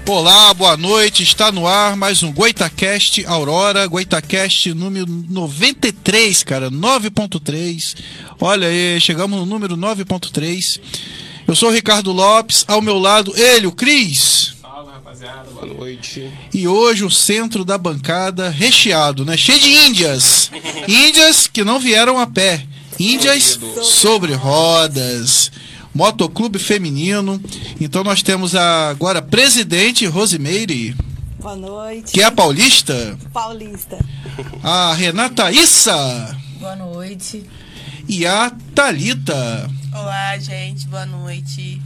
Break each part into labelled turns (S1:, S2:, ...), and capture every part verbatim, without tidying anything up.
S1: Olá, boa noite, está no ar mais um Goitacast Aurora, Goitacast número noventa e três, cara, nove ponto três. Olha aí, chegamos no número nove ponto três. Eu sou o Ricardo Lopes, ao meu lado ele, o Cris.
S2: Fala, rapaziada, boa noite.
S1: E hoje o centro da bancada recheado, né? Cheio de índias. Índias que não vieram a pé. Índias sobre rodas. Motoclube feminino. Então nós temos a, agora a presidente Rosimeire.
S3: Boa noite.
S1: Que é a paulista.
S3: Paulista.
S1: A Renata Issa.
S4: Boa noite.
S1: E a Thalita.
S4: Olá, gente. Boa noite.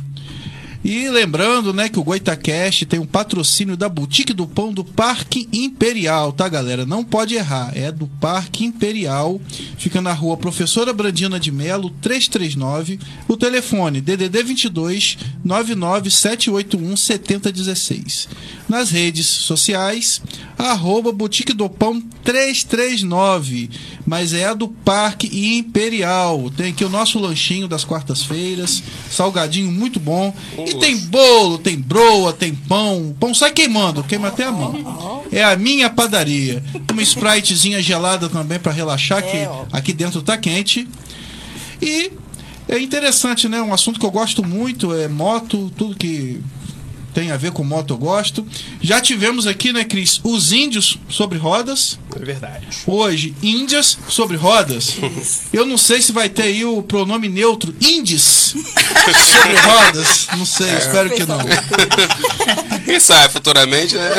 S1: E lembrando, né, que o Goitacast tem um patrocínio da Boutique do Pão do Parque Imperial, tá, galera? Não pode errar, é do Parque Imperial, fica na rua Professora Brandina de Melo, trezentos e trinta e nove, o telefone D D D vinte e dois, nove nove sete oito um, sete zero um seis. Nas redes sociais, arroba Boutique do Pão trezentos e trinta e nove, mas é a do Parque Imperial. Tem aqui o nosso lanchinho das quartas-feiras, salgadinho muito bom. E tem bolo, tem broa, tem pão. Pão sai queimando, queima até a mão. É a minha padaria. Uma spritezinha gelada também para relaxar, que aqui dentro tá quente. E é interessante, né? Um assunto que eu gosto muito é moto, tudo que tem a ver com moto eu gosto. Já tivemos aqui, né, Cris, os índios sobre rodas.
S2: É verdade.
S1: Hoje, índias sobre rodas. Eu não sei se vai ter aí o pronome neutro, índies sobre rodas. Não sei, é. Espero que não.
S2: Quem sabe futuramente, né?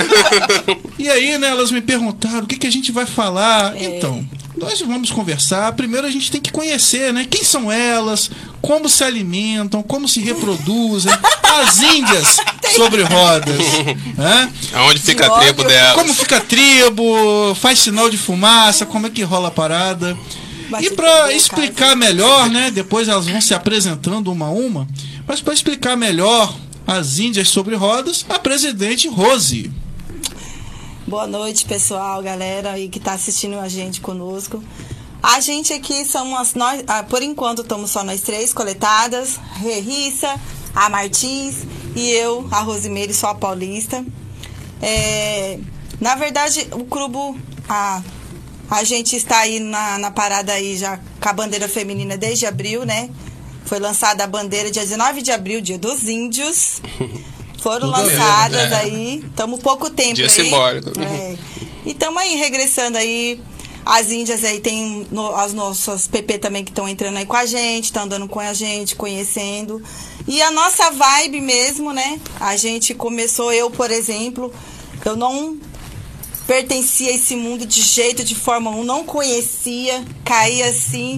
S1: E aí, né, elas me perguntaram o que, que a gente vai falar. É. Então, nós vamos conversar. Primeiro a gente tem que conhecer, né? Quem são elas, como se alimentam, como se reproduzem. As índias sobre rodas. Né?
S2: Aonde fica a tribo delas.
S1: Como fica a tribo, faz sinal de fumaça, como é que rola a parada. E para explicar melhor, né? Depois elas vão se apresentando uma a uma. Mas para explicar melhor as índias sobre rodas, a presidente Rose.
S3: Boa noite, pessoal, galera aí que está assistindo a gente conosco. A gente aqui somos nós, por enquanto estamos só nós três coletadas, Rerissa, a Martins e eu, a Rosimeire, sou a paulista. É, na verdade, o clube, a, a gente está aí na, na parada aí já com a bandeira feminina desde abril, né? Foi lançada a bandeira dia dezenove de abril, dia dos índios. Foram Tudo lançadas mesmo, né? Aí, estamos pouco tempo
S2: dia
S3: aí.
S2: Simbólico.
S3: É, e estamos aí regressando aí. As índias aí tem no, as nossas P P também que estão entrando aí com a gente, estão andando com a gente, conhecendo. E a nossa vibe mesmo, né? A gente começou, eu, por exemplo, eu não pertencia a esse mundo de jeito, de forma um, não conhecia, caí assim.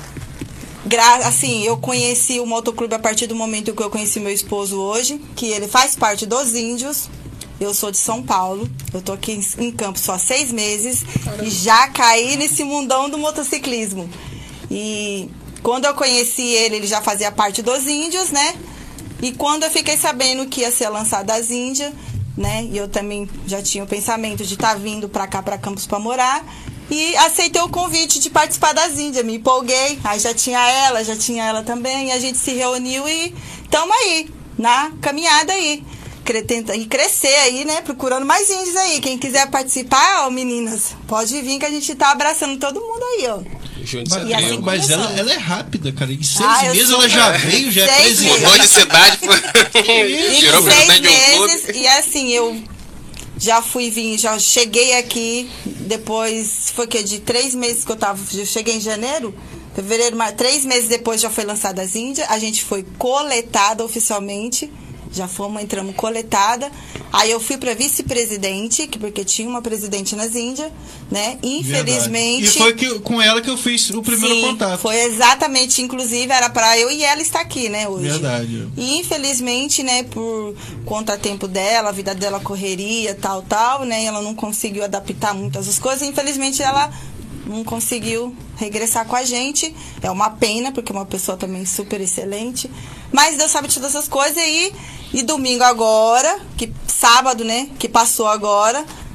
S3: Gra assim, eu conheci o motoclube a partir do momento que eu conheci meu esposo hoje, que ele faz parte dos índios. Eu sou de São Paulo, eu tô aqui em, em Campos só há seis meses. Caramba. E já caí nesse mundão do motociclismo. E quando eu conheci ele, ele já fazia parte dos índios, né? E quando eu fiquei sabendo que ia ser lançada as índias, né? E eu também já tinha o pensamento de estar tá vindo pra cá, pra Campos, pra morar. E aceitei o convite de participar das índias, me empolguei. Aí já tinha ela, já tinha ela também. E a gente se reuniu e estamos aí, na caminhada aí. E crescer aí, né? Procurando mais índios aí. Quem quiser participar, ó, meninas, pode vir que a gente tá abraçando todo mundo aí, ó.
S1: Mas, assim mas ela, ela é rápida, cara. Em seis
S3: ah,
S1: meses ela já veio, já é presidente.
S2: Mudou de cidade.
S3: Tirou seis meses. E assim, eu já fui vir, já cheguei aqui. Depois, foi que de três meses que eu tava. Eu cheguei em janeiro. Fevereiro, mar... três meses depois já foi lançada as índias. A gente foi coletada oficialmente. Já fomos, entramos coletada. Aí eu fui para vice-presidente, porque tinha uma presidente nas Índias, né? Infelizmente.
S1: Verdade. E foi que, com ela que eu fiz o primeiro
S3: sim,
S1: contato.
S3: Foi exatamente, inclusive, era para eu e ela estar aqui, né, hoje.
S1: Verdade.
S3: E infelizmente, né, por contratempo dela, a vida dela correria, tal, tal, né? Ela não conseguiu adaptar muitas das coisas. Infelizmente, ela não conseguiu regressar com a gente. É uma pena, porque é uma pessoa também super excelente. Mas Deus sabe de todas essas coisas. E, e domingo agora, que sábado, né, que passou agora,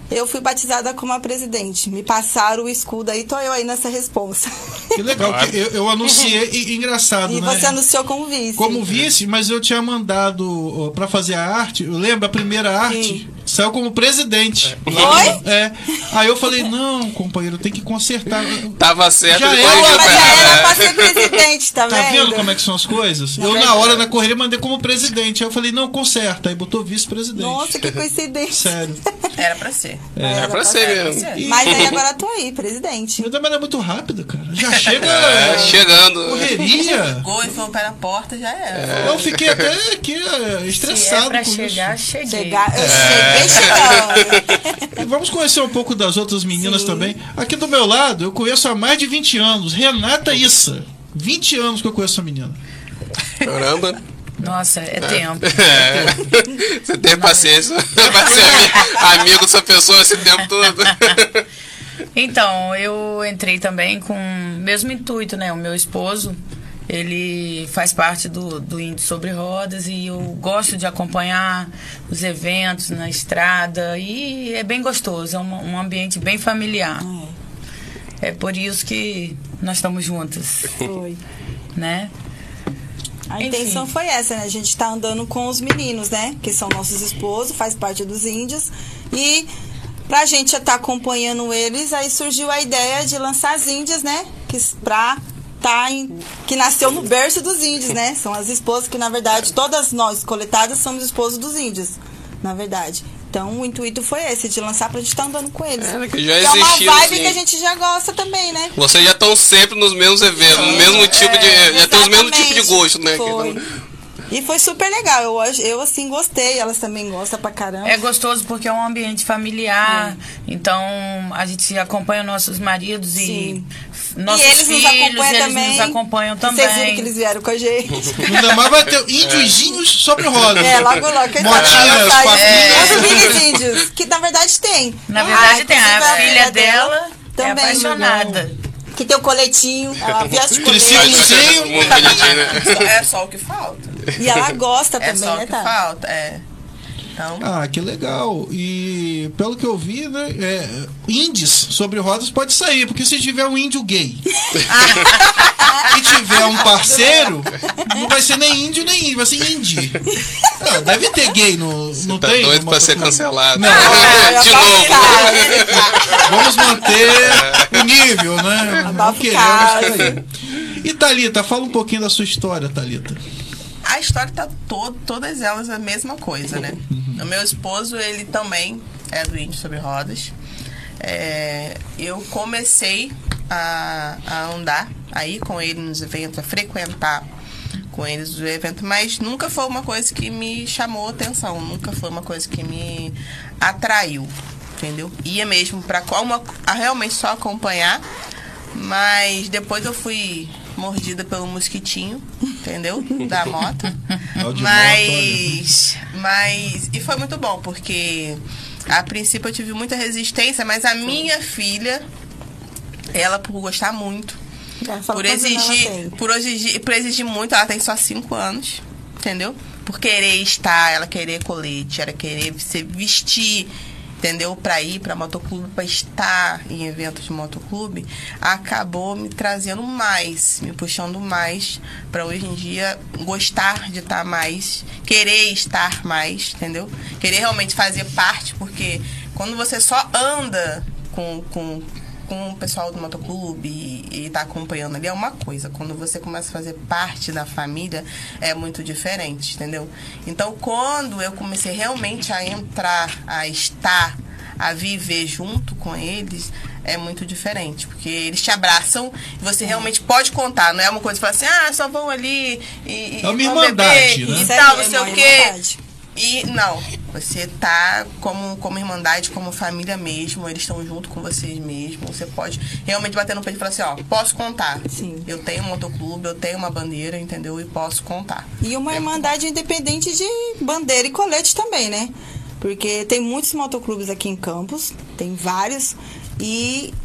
S3: Eu fui batizada como a presidente. Me passaram o escudo aí, tô eu aí nessa responsa.
S1: Que legal, que eu, eu anunciei, e, engraçado,
S3: E
S1: né?
S3: você anunciou como vice.
S1: Como vice, mas eu tinha mandado ó, pra fazer a arte, eu lembro, a primeira arte
S3: Sim.
S1: saiu como presidente.
S3: Foi?
S1: É. Aí eu falei, não, companheiro, tem que consertar.
S2: Tava certo,
S1: Já
S2: depois
S1: era,
S2: de-
S3: Mas já era pra ser presidente, tá,
S1: Tá vendo
S3: vendo?
S1: como é que são as coisas?
S3: Na
S1: eu, na
S3: verdade.
S1: hora da correria, mandei como presidente. Aí eu falei, não, conserta. Aí botou vice-presidente.
S3: Nossa, que coincidência.
S1: Sério.
S4: Era pra ser.
S2: É pra ser
S4: Era pra
S2: mesmo.
S4: ser.
S1: E-
S3: Mas aí agora tô aí, presidente.
S1: Mas também é muito rápido, cara. Já chega.
S2: É, chegando.
S1: Correria.
S4: Gol e foi o pé na porta, já era.
S1: Eu fiquei até aqui é,
S5: Se é
S1: estressado
S5: pra
S1: com
S5: chegar,
S1: isso.
S5: cheguei.
S3: Chegar, eu cheguei chegando.
S1: E vamos conhecer um pouco das outras meninas
S3: Sim.
S1: também. Aqui do meu lado, eu conheço há mais de vinte anos. Renata Issa. vinte anos que eu conheço essa menina.
S2: Caramba.
S5: Nossa, é tempo.
S2: É. Você tem paciência pra ser ami- amigo dessa pessoa esse tempo todo.
S5: Então, eu entrei também com o mesmo intuito, né? O meu esposo, ele faz parte do, do Índio Sobre Rodas e eu gosto de acompanhar os eventos na estrada e é bem gostoso, é um, um ambiente bem familiar. É por isso que nós estamos juntas,
S3: Foi.
S5: né?
S3: A
S5: Enfim.
S3: intenção foi essa, né? A gente tá andando com os meninos, né? Que são nossos esposos, faz parte dos índios. E pra gente estar acompanhando eles, aí surgiu a ideia de lançar as índias, né? Que, pra tá em, que nasceu no berço dos índios, né? São as esposas que, na verdade, todas nós coletadas somos esposos dos índios, na verdade. Então, o intuito foi esse, de lançar pra gente estar andando com eles.
S2: É, que já
S3: é uma
S2: existia,
S3: vibe
S2: assim.
S3: que a gente já gosta também, né?
S2: Vocês já estão sempre nos mesmos eventos, no mesmo tipo de. Já tem os mesmos tipos de gosto, né?
S3: Foi. E foi super legal. Eu, ach- eu assim, gostei. Elas também gostam pra caramba.
S5: É gostoso porque é um ambiente familiar, então a gente acompanha nossos maridos e
S3: Sim.
S5: f- nossos
S3: e eles
S5: filhos,
S3: nos acompanham
S5: eles
S3: também.
S5: nos acompanham
S3: Vocês viram
S5: também.
S3: que eles vieram com a gente.
S1: Ainda mais vai ter índiozinhos sobre rodas.
S3: É, logo, logo. Quem
S1: Motinhas,
S3: sabe ela sai-
S1: papinhas.
S3: Os mini índios, que na verdade tem.
S5: Na verdade
S3: Ah,
S5: tem, a
S3: inclusive,
S5: filha dela é
S3: também.
S5: apaixonada.
S3: Que tem o coletinho, ela veste o
S1: Cresceu
S3: colete.
S1: Sim.
S2: Muito bonitinho, né?
S4: É só o que falta.
S3: E ela gosta
S4: É
S3: também,
S4: só o
S3: né,
S4: que
S3: tá?
S4: falta, é. Então,
S1: Ah, que legal. E pelo que eu vi, né, é, indies sobre rodas pode sair, porque se tiver um índio gay e tiver um parceiro, não vai ser nem índio nem índio, vai ser indie. Ah, deve ter gay no, no
S2: Tá
S1: tem,
S2: doido
S1: no
S2: pra ser
S1: motoclube.
S2: cancelado.
S1: Não.
S3: Ah,
S2: De
S3: abafa
S2: novo.
S3: o caso.
S1: Vamos manter o nível, né? Não
S3: Abafa o
S1: queremos
S3: caso.
S1: isso aí. E Thalita, fala um pouquinho da sua história, Thalita.
S4: a história tá todo, todas elas a mesma coisa, né? O meu esposo, ele também é do Índio Sobre Rodas. É, eu comecei a, a andar aí com ele nos eventos, a frequentar com eles o evento, mas nunca foi uma coisa que me chamou atenção, nunca foi uma coisa que me atraiu, entendeu? Ia mesmo para uma a realmente só acompanhar, mas depois eu fui mordida pelo mosquitinho, entendeu? Da moto.
S1: É o de
S4: Mas, mas e foi muito bom porque a princípio eu tive muita resistência, mas a minha filha, ela por gostar muito,
S3: Já fala
S4: por
S3: quantos anos ela
S4: exigir,
S3: tem.
S4: por exigir, por exigir muito, ela tem só cinco anos, entendeu? Por querer estar, ela querer colete, ela querer se vestir, entendeu? Pra ir pra motoclube, pra estar em eventos de motoclube, acabou me trazendo mais, me puxando mais pra hoje em dia gostar de estar mais, querer estar mais, entendeu? Querer realmente fazer parte, porque quando você só anda com, com com o pessoal do motoclube e, e tá acompanhando ali é uma coisa. Quando você começa a fazer parte da família, é muito diferente, entendeu? Então, quando eu comecei realmente a entrar, a estar, a viver junto com eles, é muito diferente. Porque eles te abraçam e você realmente pode contar. Não é uma coisa que fala assim, ah, só vão ali e,
S1: É uma
S4: vão
S1: irmandade,
S4: beber
S1: né?
S4: e
S3: Isso
S4: tal,
S3: aí,
S4: não sei
S3: é
S4: o
S3: uma
S4: quê.
S3: irmandade.
S4: E não, você tá como, como irmandade, como família mesmo, eles estão junto com vocês mesmo. Você pode realmente bater no peito e falar assim, ó, posso contar.
S3: Sim.
S4: Eu tenho um motoclube, eu tenho uma bandeira, entendeu? E posso contar.
S3: E uma irmandade independente de bandeira e colete também, né? Porque tem muitos motoclubes aqui em Campos, tem vários, e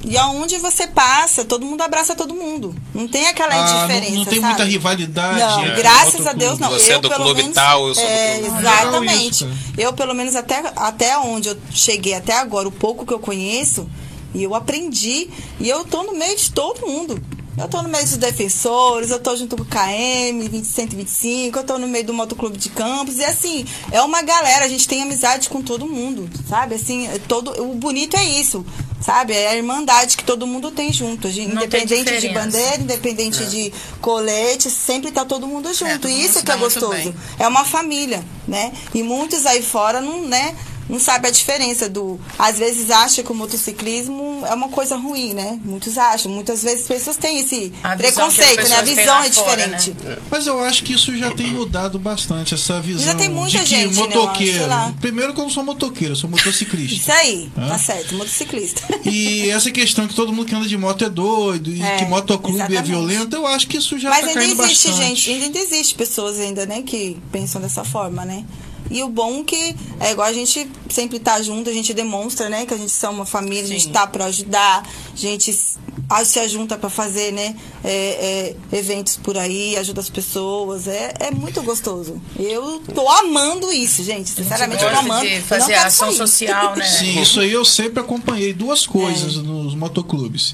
S3: E aonde você passa, todo mundo abraça todo mundo. Não tem aquela
S1: Ah,
S3: indiferença,
S1: não, não tem
S3: sabe?
S1: muita rivalidade.
S3: Não,
S1: é,
S3: graças a Deus não.
S2: Você
S3: eu,
S2: é do
S3: pelo
S2: clube
S3: menos,
S2: tal, eu sou do
S3: é,
S2: clube.
S3: Exatamente.
S1: Legal isso, cara.
S3: Eu, pelo menos, até, até onde eu cheguei até agora, o pouco que eu conheço, e eu aprendi, e eu tô no meio de todo mundo. Eu tô no meio dos defensores, eu tô junto com o K M, cento e vinte e cinco, eu tô no meio do Motoclube de Campos, e assim, é uma galera, a gente tem amizade com todo mundo, sabe? Assim, é todo, o bonito é isso, sabe? É a irmandade que todo mundo tem junto, a gente,
S5: Não tem
S3: independente de
S5: diferença.
S3: bandeira, independente de colete, sempre tá todo mundo junto,
S4: todo
S3: e
S4: mundo
S3: isso
S4: se
S3: que é
S4: dá muito
S3: gostoso.
S4: bem.
S3: É uma família, né? E muitos aí fora não, né? Não sabe a diferença do... Às vezes acha que o motociclismo é uma coisa ruim, né? Muitos acham. Muitas vezes as pessoas têm esse
S5: A visão que
S3: preconceito,
S5: as
S3: né? A
S5: pessoas têm
S3: visão
S5: lá
S3: é
S5: fora,
S3: diferente.
S1: Mas eu acho que isso já tem mudado bastante, essa visão
S3: Já tem muita
S1: de que
S3: gente, né, eu acho,
S1: motoqueiro...
S3: sei lá.
S1: Primeiro que eu não sou motoqueiro, eu sou motociclista.
S3: Isso aí,
S1: Hã?
S3: tá certo. Motociclista.
S1: E essa questão que todo mundo que anda de moto é doido e
S3: É,
S1: que motoclube é
S3: exatamente.
S1: violento, eu acho que isso já
S3: Mas
S1: tá
S3: ainda
S1: caindo
S3: existe,
S1: bastante.
S3: gente. Ainda existe pessoas ainda, né? Que pensam dessa forma, né? E o bom é que é igual a gente sempre tá junto, a gente demonstra, né? Que a gente são uma família, a gente
S4: Sim.
S3: tá pra ajudar, a gente se se junta pra fazer, né? é, é, eventos por aí, ajuda as pessoas. É, é muito gostoso. Eu tô amando isso, gente. Sinceramente, eu tô
S5: gosta
S3: amando.
S5: de
S3: Eu não
S5: fazer
S3: quero
S5: ação
S3: sair.
S5: social, né?
S1: Sim, isso aí eu sempre acompanhei. Duas coisas
S3: É.
S1: nos motoclubes.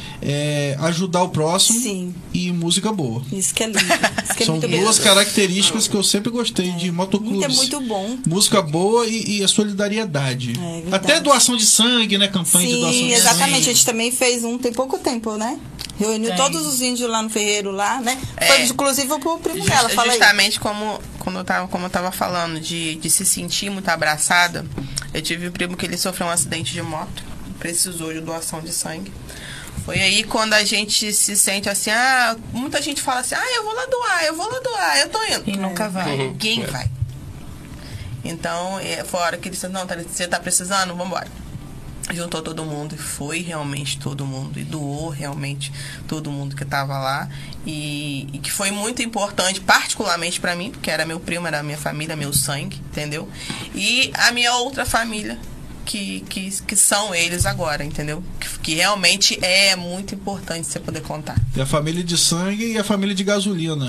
S1: É, ajudar o próximo
S3: Sim.
S1: e música boa.
S3: Isso que é lindo. Isso que é
S1: São
S3: muito
S1: duas
S3: bom.
S1: características que eu sempre gostei de motoclubes.
S3: Muito, é muito bom.
S1: Música boa e, e a solidariedade.
S3: É verdade.
S1: Até doação de sangue, né? Campanha de doação
S3: Sim,
S1: de
S3: exatamente. A
S1: sangue.
S3: gente também fez um tem pouco tempo, né? Reuniu
S5: Tem.
S3: todos os índios lá no Ferreiro, lá, né?
S4: É.
S3: Foi inclusive pro primo
S4: Just-
S3: dela, fala aí.
S4: justamente como, quando eu tava, como eu tava falando, de, de se sentir muito abraçada, eu tive um primo que ele sofreu um acidente de moto, precisou de doação de sangue. Foi aí quando a gente se sente assim, ah, muita gente fala assim, ah, eu vou lá doar, eu vou lá doar, eu tô indo.
S5: E nunca vai.
S4: Ninguém vai. Então, é, foi a hora que ele disse, não, tá- você tá precisando? Vambora. Juntou todo mundo e foi realmente todo mundo. E doou realmente todo mundo que tava lá. E, e que foi muito importante, particularmente pra mim, porque era meu primo, era minha família, meu sangue, entendeu? E a minha outra família, que, que, que são eles agora, entendeu? Que, que realmente é muito importante você poder contar.
S1: E a família de sangue e a família de gasolina.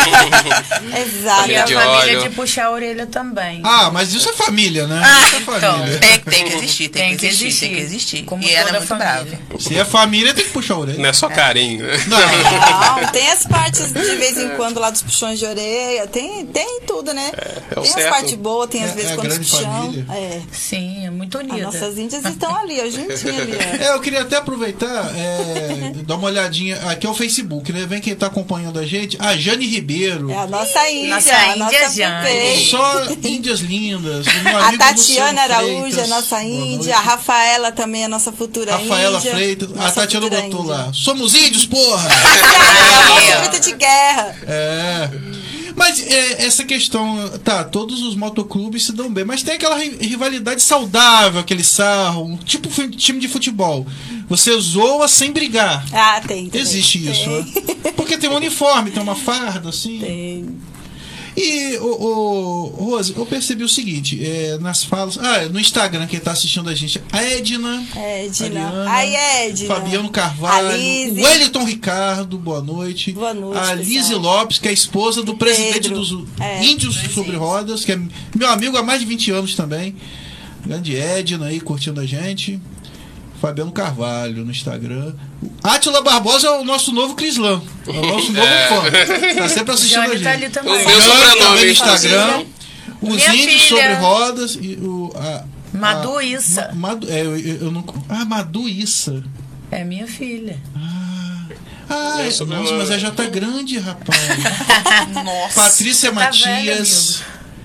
S3: Exato.
S5: E a
S2: de
S5: família
S2: óleo.
S5: de puxar a orelha também.
S1: Ah, mas isso é família, né?
S5: Ah,
S1: Isso é
S5: então.
S1: família.
S4: Tem, tem que existir, tem,
S5: Tem
S4: que
S5: que
S4: existir,
S5: existir.
S4: tem que existir.
S5: Como
S4: e ela é
S5: toda
S4: muito
S5: família.
S4: brava.
S1: Se é família, tem que puxar a orelha.
S2: Não é só carinho.
S1: Não.
S3: Não, tem as partes de vez em quando lá dos puxões de orelha, tem, tem tudo, né?
S2: é o
S3: tem as
S2: certo.
S3: partes boas, tem às
S1: É-
S3: vezes
S1: é a
S3: quando os
S1: grande
S3: puxão.
S1: família.
S3: É.
S5: Sim, é muito
S3: As
S5: unida.
S3: nossas índias estão ali, ó, juntinho ali, ó.
S1: É, eu queria até aproveitar, é, dar uma olhadinha. Aqui é o Facebook, né? Vem quem tá acompanhando a gente. A Jane Ribeiro.
S3: É a nossa índia,
S5: Nossa
S3: a
S5: índia,
S3: nossa
S5: Jane.
S3: pupê.
S1: Só índias lindas. O meu
S3: A
S1: amigo
S3: Tatiana
S1: Luciano
S3: Araújo,
S1: Freitas.
S3: a nossa
S1: Boa
S3: índia.
S1: noite.
S3: A Rafaela também, a nossa futura
S1: Rafaela
S3: índia.
S1: Freitas. A
S3: Nossa
S1: Tatiana
S3: futura
S1: botou
S3: índia.
S1: lá. Somos índios, porra!
S3: É, o nosso grito de guerra.
S1: É. Mas é, essa questão, tá, todos os motoclubes se dão bem, mas tem aquela ri- rivalidade saudável, aquele sarro, um tipo fu- time de futebol. Você zoa sem brigar.
S3: Ah, tem. também.
S1: Existe
S3: Tem.
S1: isso, né? Porque tem um uniforme, tem uma farda, assim.
S3: Tem.
S1: E, o, o, Rose, eu percebi o seguinte, é, nas falas. Ah, no Instagram, quem tá assistindo a gente, a Edna.
S3: Edna.
S1: Ariana,
S3: Ai, Edna.
S1: Fabiano Carvalho.
S3: A Lise.
S1: O Wellington Ricardo, boa noite.
S3: Boa noite,
S1: A
S3: pessoal.
S1: Lise Lopes, que é a esposa do presidente
S3: Pedro.
S1: dos
S3: É.
S1: Índios sobre Rodas, que é meu amigo há mais de vinte anos também. Grande Edna aí, curtindo a gente. Fabiano Carvalho no Instagram. O Átila Barbosa é o nosso novo Crislan. É o nosso novo fã. Tá sempre assistindo a
S5: Johnny
S1: gente.
S5: tá ali também.
S2: O meu
S1: Johnny
S2: sobrenome,
S1: também no
S2: inclusive.
S1: Instagram. Os
S5: Minha
S1: índios
S5: filha.
S1: sobre rodas e o a,
S5: Madu
S1: a-
S5: Issa.
S1: Ma- Madu, é, eu, eu não, ah, Madu Issa.
S5: É minha filha.
S1: Ah,
S2: Meu
S1: nossa,
S2: sobrenome.
S1: mas ela já tá grande, rapaz.
S4: Nossa.
S1: Patrícia
S5: Tá
S1: Matias.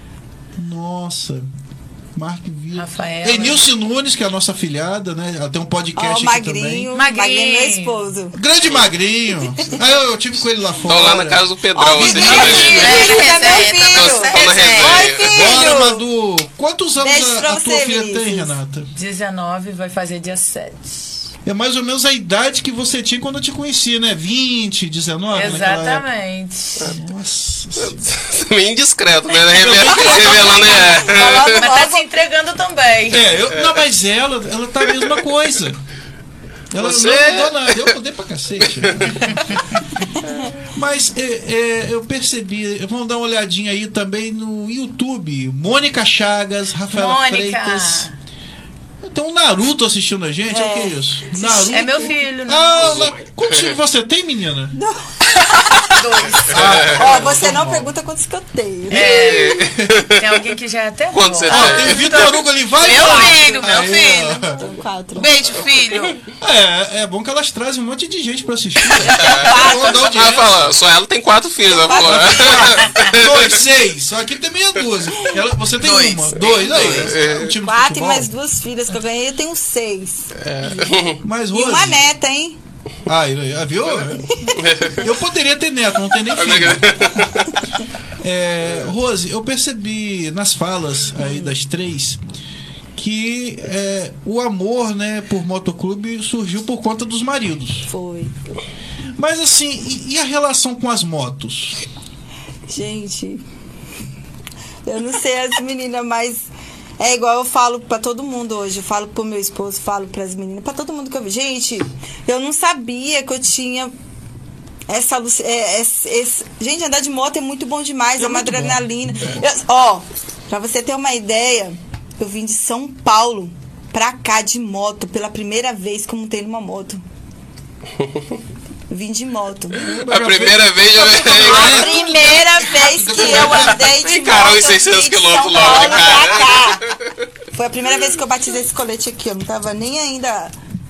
S1: Nossa. Mark Vitor.
S5: Rafaela.
S1: Enilce Nunes, que é a nossa afilhada, né? Ela tem um
S3: Ó,
S1: podcast
S3: o
S1: aqui
S3: Magrinho.
S1: também.
S5: Magrinho.
S3: Magrinho, meu esposo.
S1: Grande Magrinho. Ah, eu, eu tive com ele lá fora.
S2: Tô lá na casa do Pedrão,
S3: Ó,
S2: vocês
S3: Vinícius,
S2: estão vendo?
S3: Vinícius é meu
S4: É,
S3: filho.
S2: Tô na
S3: Oi,
S2: resenha.
S1: Bora,
S3: filho.
S1: Madu. Quantos anos
S3: Beijo
S1: a,
S3: pra
S1: a tua
S3: você,
S1: filha tem,
S3: Vinícius.
S1: Renata?
S5: dezenove, vai fazer dia sete.
S1: É mais ou menos a idade que você tinha quando eu te conheci, né? vinte, dezenove? naquela época.
S5: Exatamente.
S1: Nossa.
S2: Meio indiscreto, né? Revela- Revelando é.
S5: Mas tá se entregando também.
S1: É, eu, não, mas ela, ela tá a mesma coisa. Ela
S2: Você-
S1: não mudou nada, eu mudei pra cacete. Mas é, é, eu percebi, vamos dar uma olhadinha aí também no YouTube. Mônica Chagas, Rafaela
S5: Mônica.
S1: Freitas. Tem um Naruto assistindo a gente, é. O que é isso? Naruto.
S5: É meu filho, né?
S1: Ah, na... quantos filhos você tem, menina?
S5: Dois.
S3: Ó, você não pergunta quantos que eu tenho.
S5: É, tem alguém que já é até
S2: Quando você
S5: avó.
S1: Ah, tem o Vitor Hugo ali, vai!
S4: Meu
S1: vai.
S4: filho, meu
S1: Aí,
S4: filho.
S1: ó.
S3: Tenho quatro.
S4: Beijo, filho.
S1: É, é bom que elas trazem um monte de gente pra assistir. Vão dar
S2: Ela
S1: audiência.
S2: fala, só ela tem quatro filhos, ela falou.
S1: Dois, seis. Só que tem meia dúzia. Ela, você tem
S4: Dois.
S1: uma. Dois. Aí, um time de
S3: Quatro e
S1: futebol.
S3: mais duas filhas que eu ganhei, eu tenho seis.
S1: Mais
S3: E
S1: Rose.
S3: uma neta, hein?
S1: Ah, ah, viu? Eu poderia ter neto, não tem nem filho. É, Rose, eu percebi nas falas aí das três que é, o amor, né, por motoclube surgiu por conta dos maridos.
S3: Foi.
S1: Mas assim, e, e a relação com as motos?
S3: Gente, eu não sei as meninas, mas é igual eu falo pra todo mundo hoje. Eu falo pro meu esposo, falo pras meninas, pra todo mundo que eu vi. Gente, eu não sabia que eu tinha essa... lu- É, esse, esse- gente, andar de moto é muito bom demais, é, uma
S1: muito bom.
S3: adrenalina. Eu- ó, pra você ter uma ideia, eu vim de São Paulo pra cá de moto, pela primeira vez que eu montei numa moto. Vim de moto.
S2: A primeira vez eu
S3: A primeira vez que eu andei de
S2: Encarou
S3: moto,
S2: os seiscentos
S3: eu vim de
S2: quilômetros
S3: São
S2: logo de
S3: Paulo
S2: cara.
S3: pra cá. Foi a primeira vez que eu batizei esse colete aqui. Eu não tava nem ainda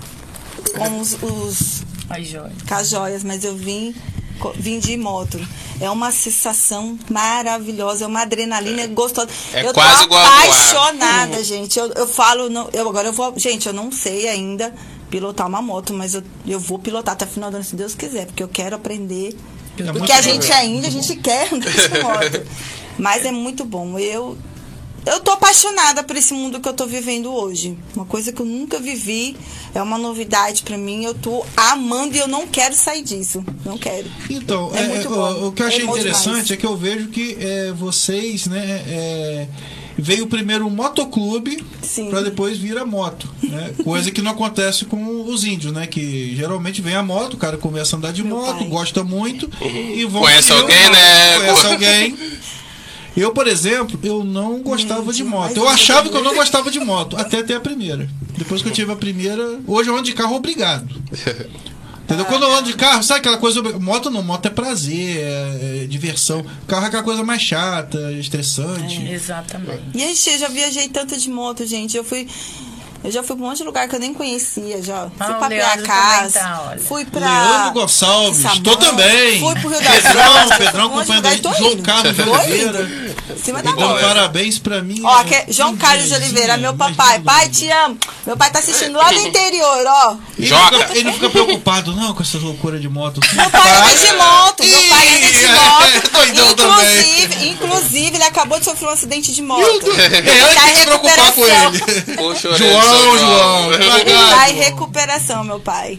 S3: com os, os
S5: Ai, joia.
S3: com as joias, mas eu vim, co- vim de moto. É uma sensação maravilhosa, é uma adrenalina gostosa.
S2: É
S3: eu
S2: quase
S3: tô
S2: igual a voar.
S3: apaixonada, gente. Eu, eu falo, não, eu agora eu vou, gente, eu não sei ainda pilotar uma moto, mas eu, eu vou pilotar até o final do ano, se Deus quiser, porque eu quero aprender.
S1: É muito
S3: Porque a gente
S1: legal.
S3: ainda, a gente quer andar de moto. Mas é muito bom. Eu, eu tô apaixonada por esse mundo que eu tô vivendo hoje. Uma coisa que eu nunca vivi, é uma novidade pra mim. Eu tô amando e eu não quero sair disso. Não quero.
S1: Então,
S3: É
S1: é,
S3: muito
S1: é,
S3: bom.
S1: o, o que eu achei
S3: É bom
S1: interessante
S3: demais.
S1: é que eu vejo que é, vocês, né, é, veio primeiro o motoclube
S3: Sim.
S1: para depois vir a moto, né? Coisa que não acontece com os índios, né? Que geralmente vem a moto, o cara começa a andar de
S3: Meu
S1: moto,
S3: pai.
S1: gosta muito e vão
S2: Conhece
S1: seguir
S2: alguém,
S1: o-
S2: né?
S1: Conhece alguém. Eu, por exemplo, eu não gostava de moto. Eu achava que eu não gostava de moto, até ter a primeira. Depois que eu tive a primeira, hoje eu ando de carro obrigado. Entendeu? Quando eu ando de carro, sabe aquela coisa. Moto não, moto é prazer, é, é diversão. Carro é aquela coisa mais chata, estressante.
S5: Exatamente.
S3: E aí, eu já viajei tanto de moto, gente. Eu fui. Eu já fui pra um monte de lugar que eu nem conhecia já. Fui
S5: Ah,
S3: pra
S5: o Leandro
S3: Piacás,
S5: também tá, olha.
S3: fui pra...
S1: Leandro Gonçalves,
S3: Samã,
S1: tô também.
S3: Fui pro Rio das
S1: Pedrão,
S3: Ostras,
S1: Pedrão,
S3: um monte de
S1: companheiro
S3: lugar,
S1: da
S3: tô
S1: João
S3: indo.
S1: Carlos de
S3: Tô
S1: Oliveira.
S3: indo. Em cima da
S1: Então,
S3: bola.
S1: parabéns pra mim.
S3: Ó,
S1: é,
S3: que- João
S1: lindinha,
S3: Carlos de Oliveira, meu
S1: lindinha,
S3: papai.
S1: mais
S3: Pai,
S1: linda.
S3: te amo. Meu pai tá assistindo lá do interior, ó.
S1: Ele
S2: Joca.
S1: fica, ele fica preocupado, não, com essas loucuras de moto.
S3: Meu pai anda de moto, meu pai anda de
S1: Ih,
S3: moto.
S1: doidão
S3: Inclusive,
S1: também.
S3: inclusive, ele acabou de sofrer um acidente de moto.
S1: É, eu
S3: Tá
S1: tenho que
S3: em
S1: se preocupar com
S3: recuperação.
S1: ele.
S2: Poxa, orelha,
S1: João,
S2: seu
S1: João, devagar,
S3: Tá em
S1: João.
S3: recuperação, meu pai.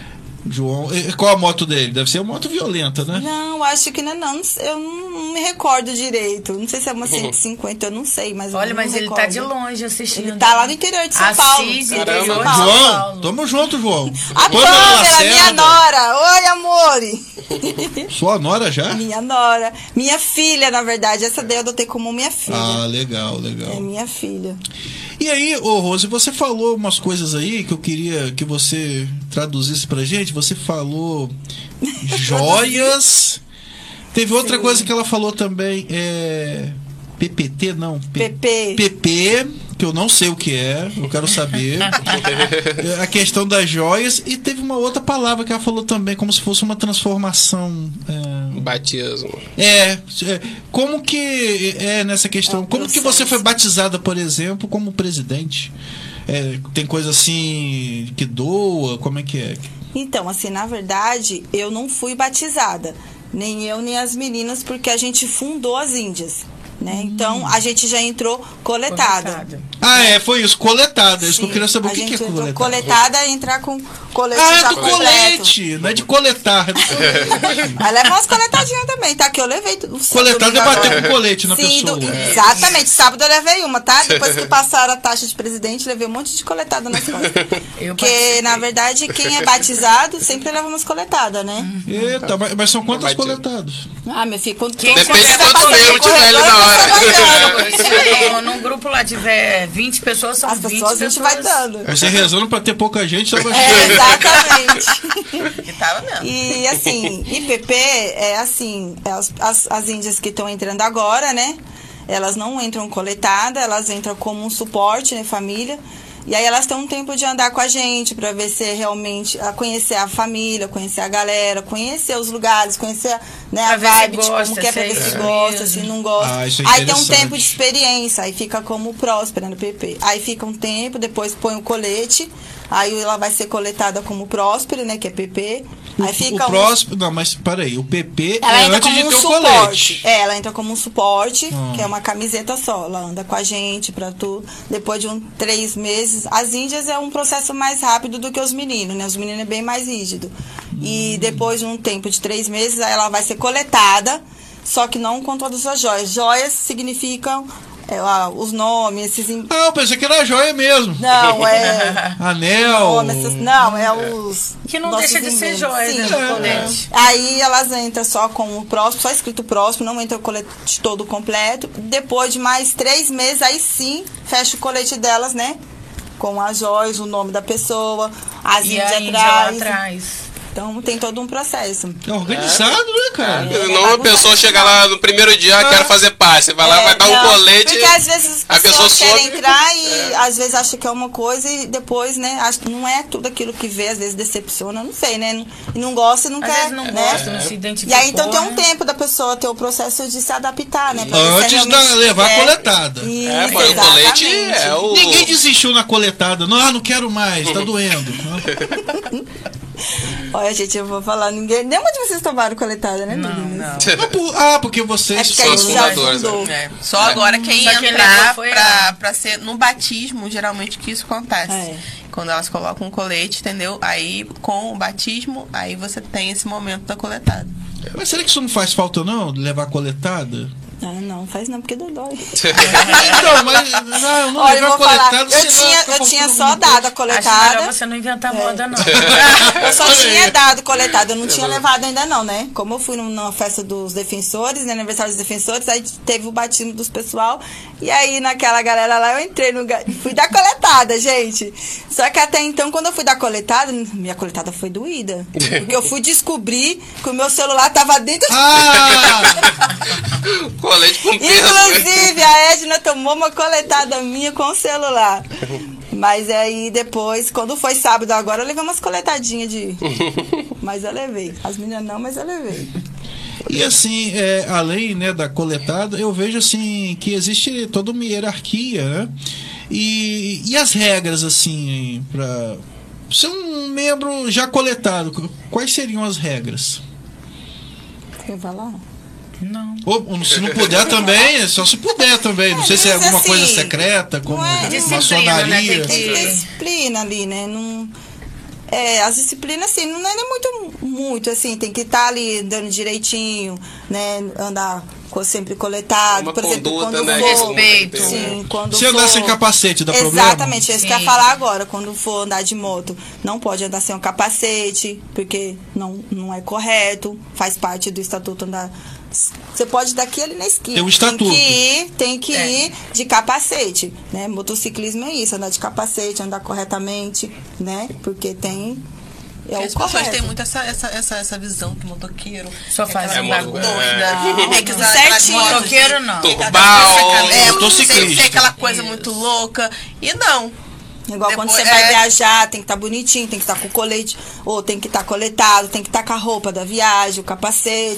S1: João, e qual a moto dele? Deve ser uma moto violenta, né?
S3: Não, acho que não é não. Eu não, não me recordo direito. Não sei se é uma cento e cinquenta, eu não sei, mas eu
S5: Olha,
S3: não
S5: mas
S3: me
S5: ele
S3: recordo.
S5: tá de longe assistindo.
S3: Ele tá lá no interior de São Paulo.
S5: Assis,
S3: Interior de
S5: interior
S3: São
S5: de
S3: Paulo.
S5: São
S1: João,
S5: Paulo.
S1: tamo junto, João.
S3: A
S1: Pamela
S3: Pamela, minha
S1: Lacerda.
S3: nora. Oi, amore.
S1: Sua nora já?
S3: Minha nora. Minha filha, na verdade. Essa daí eu adotei como minha filha.
S1: Ah, legal,
S3: É
S1: legal.
S3: minha filha.
S1: E aí, ô Rose, você falou umas coisas aí que eu queria que você traduzisse pra gente. Você falou joias. Teve outra coisa que ela falou também, é... P P T, não. P-
S3: P P.
S1: P P, que eu não sei o que é, eu quero saber. A questão das joias. E teve uma outra palavra que ela falou também, como se fosse uma transformação. É,
S2: Batismo.
S1: é, é, como que é nessa questão?
S3: É um
S1: Como que
S3: processo.
S1: você foi batizada, por exemplo, como presidente? É, tem coisa assim que doa? Como é que é?
S3: Então, assim, na verdade, eu não fui batizada. Nem eu, nem as meninas, porque a gente fundou as Índias. né? Então, a gente já entrou coletada.
S5: Coletada.
S1: Ah, é, foi isso, coletada. Isso que eu queria saber o
S3: a
S1: que,
S3: gente
S1: que é
S3: entrou
S1: coletada.
S3: coletada é entrar com colete
S1: Ah,
S3: já
S1: é do
S3: completo.
S1: colete, não é de coletar. É do colete.
S3: Aí leva umas coletadinhas também, tá? Que eu levei. o
S1: Coletada é
S3: sábado
S1: bater
S3: agora.
S1: com colete na
S3: Sim,
S1: pessoa.
S3: do- exatamente. Sábado eu levei uma, tá? Depois que passaram a taxa de presidente, levei um monte de coletada nas costas.
S5: Eu
S3: Porque,
S5: participei.
S3: na verdade, quem é batizado sempre leva umas coletadas, né?
S1: Eita, mas, mas são quantos
S2: Vai ter-
S1: coletados?
S3: Ah, meu filho, quando
S5: Quem
S3: quando
S2: Depende de
S3: você
S2: quanto
S3: passa
S2: tempo
S3: pelo
S2: tiver ali
S3: corredor,
S2: na
S3: você
S2: hora.
S3: vai dando.
S5: Isso aí, num grupo lá tiver vinte pessoas, são
S3: As
S5: vinte
S3: pessoas a gente vai dando.
S1: Aí você rezando pra ter pouca gente, só vai
S3: É, exatamente.
S4: E tava mesmo.
S3: E assim, I P P é assim, é as, as, as índias que estão entrando agora, né? Elas não entram coletadas, elas entram como um suporte, né, família. E aí elas têm um tempo de andar com a gente pra ver se realmente a conhecer a família, conhecer a galera, conhecer os lugares, conhecer, né, a
S5: Pra ver se
S3: vibe de
S5: gosta,
S3: como que é, pra
S5: se é
S3: ver se
S5: isso
S3: gosta,
S5: mesmo.
S3: se não gosta.
S1: Ah, isso é
S3: aí tem um
S1: interessante.
S3: tempo de experiência, aí fica como próspera no P P. Aí fica um tempo, depois põe o colete, aí ela vai ser coletada como próspera, né, que é P P. Aí fica
S1: o
S3: um-
S1: próximo, não, mas peraí, o P P
S3: ela
S1: é
S3: entra
S1: antes
S3: como
S1: de
S3: um
S1: ter o
S3: suporte.
S1: colete.
S3: É, ela entra como um suporte,
S1: Hum.
S3: que é uma camiseta só. Ela anda com a gente pra tudo. Depois de um três meses. As índias é um processo mais rápido do que os meninos, né? Os meninos é bem mais rígido.
S1: Hum.
S3: E depois de um tempo de três meses, aí ela vai ser coletada, só que não com todas as joias. Joias significam é, lá, os nomes, esses. em-
S1: Ah, eu pensei que era joia mesmo.
S3: Não, é.
S1: Anel.
S3: nome, essas- não, é os.
S5: Que não
S3: nossos
S5: deixa de ser
S3: inventos.
S5: joia
S3: Sim.
S5: dentro do
S1: É.
S5: colete.
S3: Aí elas entram só com o próximo, só escrito próximo, não entra o colete todo completo. Depois de mais três meses, aí sim, fecha o colete delas, né? Com as joias, o nome da pessoa, as
S5: E
S3: índias
S5: a Índia lá
S3: atrás.
S5: atrás.
S3: Então tem todo um processo.
S1: É organizado, né, cara?
S3: É.
S2: Não, uma pessoa chega lá no primeiro dia, ah, quero fazer parte. Você vai lá,
S3: É,
S2: vai dar um
S3: não,
S2: colete.
S3: Porque às vezes
S2: a
S3: as
S2: pessoa
S3: pessoas querem
S2: sobe.
S3: entrar e às vezes acha que é uma coisa e depois, né, acha que não é tudo aquilo que vê, às vezes decepciona, não sei, né? E não gosta e não
S5: Às
S3: quer.
S5: vezes não
S3: né?
S5: gosta, não se
S3: E
S5: identificou.
S3: aí então tem um
S5: né?
S3: tempo da pessoa ter o processo de se adaptar, né? pra ver se
S1: Antes de
S3: realmente
S1: levar a
S3: quer.
S1: coletada.
S3: Isso,
S2: É, pô, o colete
S3: exatamente.
S2: é o.
S1: Ninguém desistiu na coletada. Não, ah, não quero mais, tá doendo.
S3: Olha, gente, eu vou falar, ninguém. Nenhuma de vocês tomaram coletada, né,
S5: Não,
S3: meninas?
S5: não.
S1: Ah, por- ah, porque
S3: É
S1: vocês
S3: porque
S2: são
S3: a
S2: os
S3: gente já
S2: fundadores,
S3: fundou.
S4: É, só agora quem
S5: Só quem
S4: entrar
S5: levou foi
S4: pra,
S5: ela.
S4: pra ser no batismo, geralmente que isso acontece.
S3: É.
S4: Quando elas colocam um colete, entendeu? Aí com o batismo, aí você tem esse momento da coletada.
S1: Mas será que isso não faz falta, não? Levar coletada?
S3: Ah, não, faz não, porque dói.
S1: Então, mas ah, eu não
S3: Olha, eu
S1: levar
S3: vou falar,
S1: coletada.
S3: eu
S1: sei lá,
S3: tinha,
S1: fica
S3: eu tinha
S1: faltando
S3: só
S1: alguma
S3: dado a
S5: Acho
S3: coletada.
S5: melhor você não inventar moda, não.
S3: Eu só tinha dado coletada, eu não tinha levado ainda não, né? Como eu fui numa festa dos defensores, né? Aniversário dos defensores, aí teve o batismo dos pessoal. E aí, naquela galera lá, eu entrei no... ga- Fui dar coletada, gente. Só que até então, quando eu fui dar coletada, minha coletada foi doída. Porque eu fui descobrir que o meu celular tava dentro...
S1: Ah!
S2: Colete com peso.
S3: Inclusive, a Edna tomou uma coletada minha com o celular. Mas aí depois, quando foi sábado agora, eu levei umas coletadinhas de. Mas eu levei. As meninas não, mas eu levei.
S1: E assim, é, além, né, da coletada, eu vejo assim que existe toda uma hierarquia, né? E, e as regras, assim, para ser um membro já coletado, quais seriam as regras?
S3: Quer falar?
S5: Não.
S1: Ou se não puder também, é só se puder também. Não sei se é
S3: mas
S1: alguma
S3: assim,
S1: coisa secreta, como
S3: não é
S5: disciplina, né?
S1: maçonaria.
S5: Tem
S3: Tem que ter
S5: E-
S3: disciplina ali, né? Não, é, as disciplinas, assim, não é nem muito, muito, assim, tem que estar ali andando direitinho, né? Andar co- sempre coletado.
S2: Uma
S3: por exemplo,
S2: conduta,
S3: quando
S2: né,
S3: for.
S5: respeito.
S3: Sim, quando
S1: Se andar
S3: for-
S1: sem capacete, dá problema?
S3: Exatamente, é isso que eu ia
S5: Sim.
S3: falar agora. Quando for andar de moto, não pode andar sem um capacete, porque não, não é correto, faz parte do estatuto andar. Você pode ir daqui ali na esquina.
S1: Tem um estatuto.
S3: Tem que ir, tem que
S5: É.
S3: ir de capacete, né? Motociclismo é isso, andar de capacete, andar corretamente, né? Porque tem é
S4: Porque
S3: o
S4: as pessoas
S3: correto.
S4: têm muito essa, essa, essa, essa visão que motoqueiro
S5: Só
S4: é
S5: faz
S4: aquela
S5: um
S4: moto
S5: bagulho.
S4: doida,
S3: Não,
S4: tem que
S3: tudo
S4: usar aquelas
S3: certinho.
S4: motos de-
S5: Motoqueiro, não.
S4: tem que
S2: Turbal,
S4: é,
S1: motociclista.
S4: tem, tem aquela coisa muito louca. E não.
S3: Igual quando
S4: Depois-
S3: você vai
S4: é.
S3: viajar, tem que estar bonitinho, tem que estar com o colete, ou tem que estar coletado, tem que estar com a roupa da viagem, o capacete.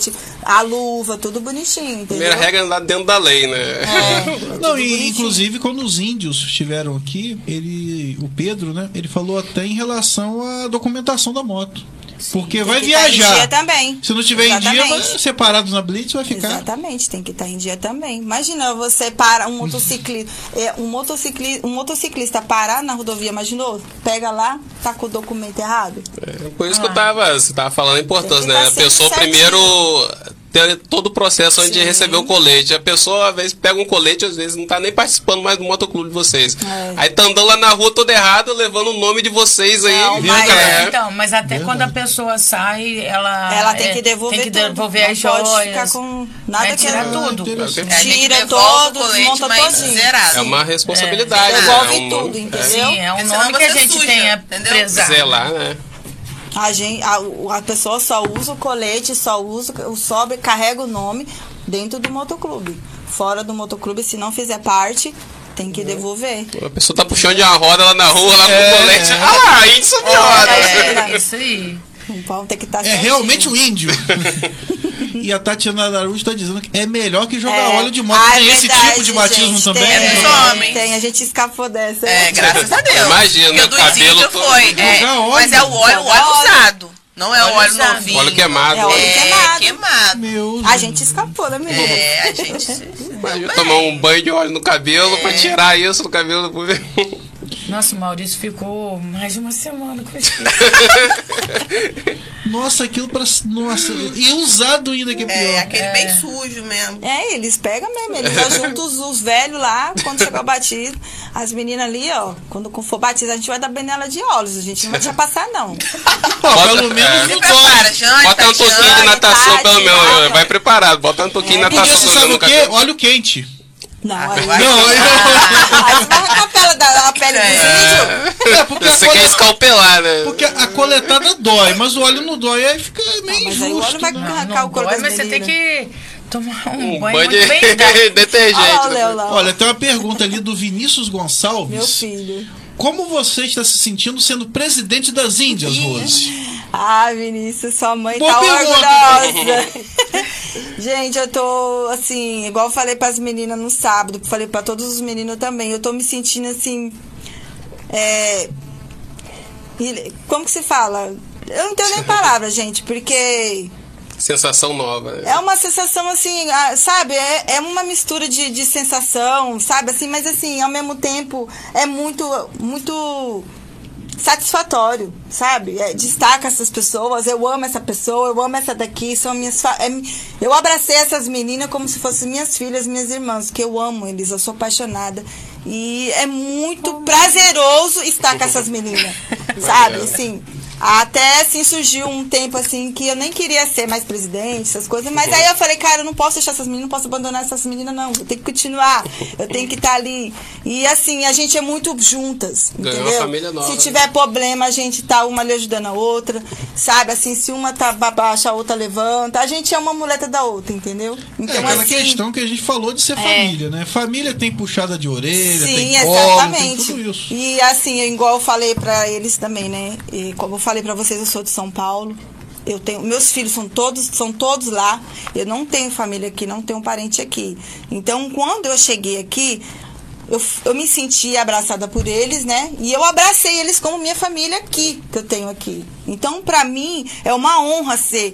S3: A luva, tudo bonitinho, entendeu?
S2: Primeira regra é lá dentro da lei, né?
S3: É,
S1: Não,
S3: tudo
S1: e
S3: bonitinho.
S1: inclusive quando os índios estiveram aqui, ele, o Pedro, né? Ele falou até em relação à documentação da moto. Porque vai
S3: Tem que estar em
S1: viajar.
S3: dia também.
S1: Se não tiver em dia,
S3: Exatamente.
S1: vai, separados na Blitz, vai ficar.
S3: Exatamente, tem que estar em dia também. Imagina você para um motociclista, é, um motociclista, um motociclista parar na rodovia, imaginou? Pega lá, tá com o documento errado.
S2: É, por isso que eu tava, você tava falando a importância,
S3: Tem que
S2: né?
S3: tá
S2: A pessoa
S3: sempre
S2: primeiro ter todo o processo antes de
S3: Sim.
S2: receber o colete. A pessoa, às vezes, pega um colete, às vezes, não tá nem participando mais do motoclube de vocês.
S3: É.
S2: Aí tá andando lá na rua todo errado, levando o nome de vocês aí.
S3: Não,
S2: viu,
S3: mas-
S2: cara?
S5: Então, mas até
S1: Verdade.
S5: quando a pessoa sai, ela,
S3: Ela tem
S5: é,
S3: que devolver
S5: tem que
S3: tudo.
S5: devolver
S3: Não
S5: as
S3: pode
S5: joias.
S3: ficar com nada
S5: é,
S3: que
S5: tirar
S3: é-
S5: tudo.
S1: Interessante.
S4: É, tem que
S3: Tira
S4: devolve o
S3: todo,
S4: colete,
S3: desmonta
S4: mas
S3: todinho.
S4: zerado.
S2: É uma responsabilidade. né?
S3: Devolve
S2: É um
S3: tudo,
S2: nome-
S3: entendeu?
S5: Sim, é um
S4: Porque senão
S5: nome que a
S4: você
S5: gente
S4: suja,
S5: tem a
S4: entendeu?
S5: prezar.
S2: Zelar, né?
S3: A, gente, a, a pessoa só usa o colete, só usa o sobre, carrega o nome dentro do motoclube. Fora do motoclube, se não fizer parte, tem que devolver.
S2: A pessoa tá puxando de uma roda lá na rua, lá com o colete. Ah lá, isso de roda.
S5: É, isso aí.
S3: O pau tem que estar
S1: É realmente um índio. E a Tatiana Araújo está dizendo que é melhor que jogar óleo de moto.
S3: Ah,
S1: Tem
S3: é
S1: esse
S3: verdade,
S1: tipo de batismo
S3: gente,
S1: também?
S3: Tem,
S4: É dos
S3: tem,
S4: homens.
S3: tem, a gente escapou dessa.
S4: É, graças a Deus.
S2: Imagina,
S4: Porque
S2: o
S4: o do
S2: cabelo
S4: índio
S2: todo-
S4: foi. É,
S1: Jogar óleo.
S4: mas é o óleo, o
S3: Jogar
S4: óleo
S3: óleo.
S4: usado. Não é o
S5: Óleo
S4: óleo
S5: usado.
S4: novinho.
S2: Óleo queimado.
S3: É óleo
S4: É,
S3: queimado.
S4: queimado.
S1: Meu
S3: A gente escapou, né, menina?
S4: É, a gente.
S2: Imagina tomar um banho de óleo no cabelo pra tirar isso do cabelo.
S5: Nossa, o Maurício ficou mais de uma semana com isso.
S1: Nossa, aquilo para. Nossa, e usado ainda que é pior.
S4: É, aquele bem sujo mesmo.
S3: É, eles pegam mesmo, eles ajuntam os, os velhos lá, quando chegar o batismo. As meninas ali, ó, quando for batizar, a gente vai dar benela de óleos, a gente não vai deixar passar, não.
S1: Pô, pelo menos
S2: é.
S1: não
S4: Se
S1: dói.
S4: prepara, janta,
S2: Bota um toquinho de
S4: janta.
S2: natação,
S3: tarde,
S2: pelo menos.
S3: nada.
S2: Vai preparado. Bota um toquinho de
S3: É,
S1: Porque
S2: natação
S1: você
S2: no
S1: sabe o quê?
S2: cabelo.
S1: Óleo quente.
S3: Não, aí,
S4: vai.
S1: Não, eu...
S3: aí você vai arrancar a pele da a pele do índio.
S1: É, porque a,
S2: Você quer
S1: cole...
S2: escalpelar, né?
S1: porque a coletada dói, mas o óleo não dói, aí fica meio
S3: mas aí o
S1: injusto.
S3: óleo vai
S1: né?
S3: arrancar o couro
S5: dói,
S3: das
S5: mas você tem
S3: meninas.
S5: que tomar um,
S2: Um
S5: banho
S2: banho de
S5: muito bem dado.
S2: detergente.
S3: Olha lá o
S2: né?
S3: Léo lá.
S1: Olha, tem uma pergunta ali do Vinícius Gonçalves.
S3: Meu filho.
S1: Como você está se sentindo sendo presidente das Índias, Rose?
S3: Ah, Vinícius, sua mãe
S1: Boa
S3: tá
S1: pergunta.
S3: orgulhosa. Gente, eu tô, assim, igual eu falei pras meninas no sábado, falei pra todos os meninos também, eu tô me sentindo, assim, é... e- Como que se fala? Eu não tenho nem palavra, gente, porque...
S2: Sensação nova, né?
S3: É uma sensação assim, ah, sabe? É, é uma mistura de, de sensação, sabe? Assim, mas assim, ao mesmo tempo é muito, muito satisfatório, sabe? É, destaca essas pessoas, eu amo essa pessoa, eu amo essa daqui, são minhas fa- é, eu abracei essas meninas como se fossem minhas filhas, minhas irmãs, que eu amo eles, eu sou apaixonada. E é muito prazeroso estar com essas meninas, sabe? Assim, até assim surgiu um tempo assim que eu nem queria ser mais presidente, essas coisas, mas aí eu falei, cara, eu não posso deixar essas meninas, não posso abandonar essas meninas, não. Eu tenho que continuar, eu tenho que estar ali. E assim, a gente é muito juntas,
S2: Ganhou
S3: entendeu?
S2: uma família nova,
S3: Se
S2: né?
S3: tiver problema, a gente tá uma ali ajudando a outra, sabe? Assim, se uma tá pra baixo, a outra levanta. A gente é uma muleta da outra, entendeu?
S1: É
S3: Então,
S1: aquela
S3: assim,
S1: questão que a gente falou de ser família, né? Família tem puxada de orelha,
S3: sim,
S1: tem colo, tem
S3: exatamente.
S1: tudo isso.
S3: E assim, igual eu falei pra eles também, né? E como eu falei pra vocês, eu sou de São Paulo. Eu tenho, meus filhos são todos, são todos lá. Eu não tenho família aqui, não tenho parente aqui. Então, quando eu cheguei aqui, eu, eu me senti abraçada por eles, né? E eu abracei eles como minha família aqui, que eu tenho aqui. Então, pra mim, é uma honra ser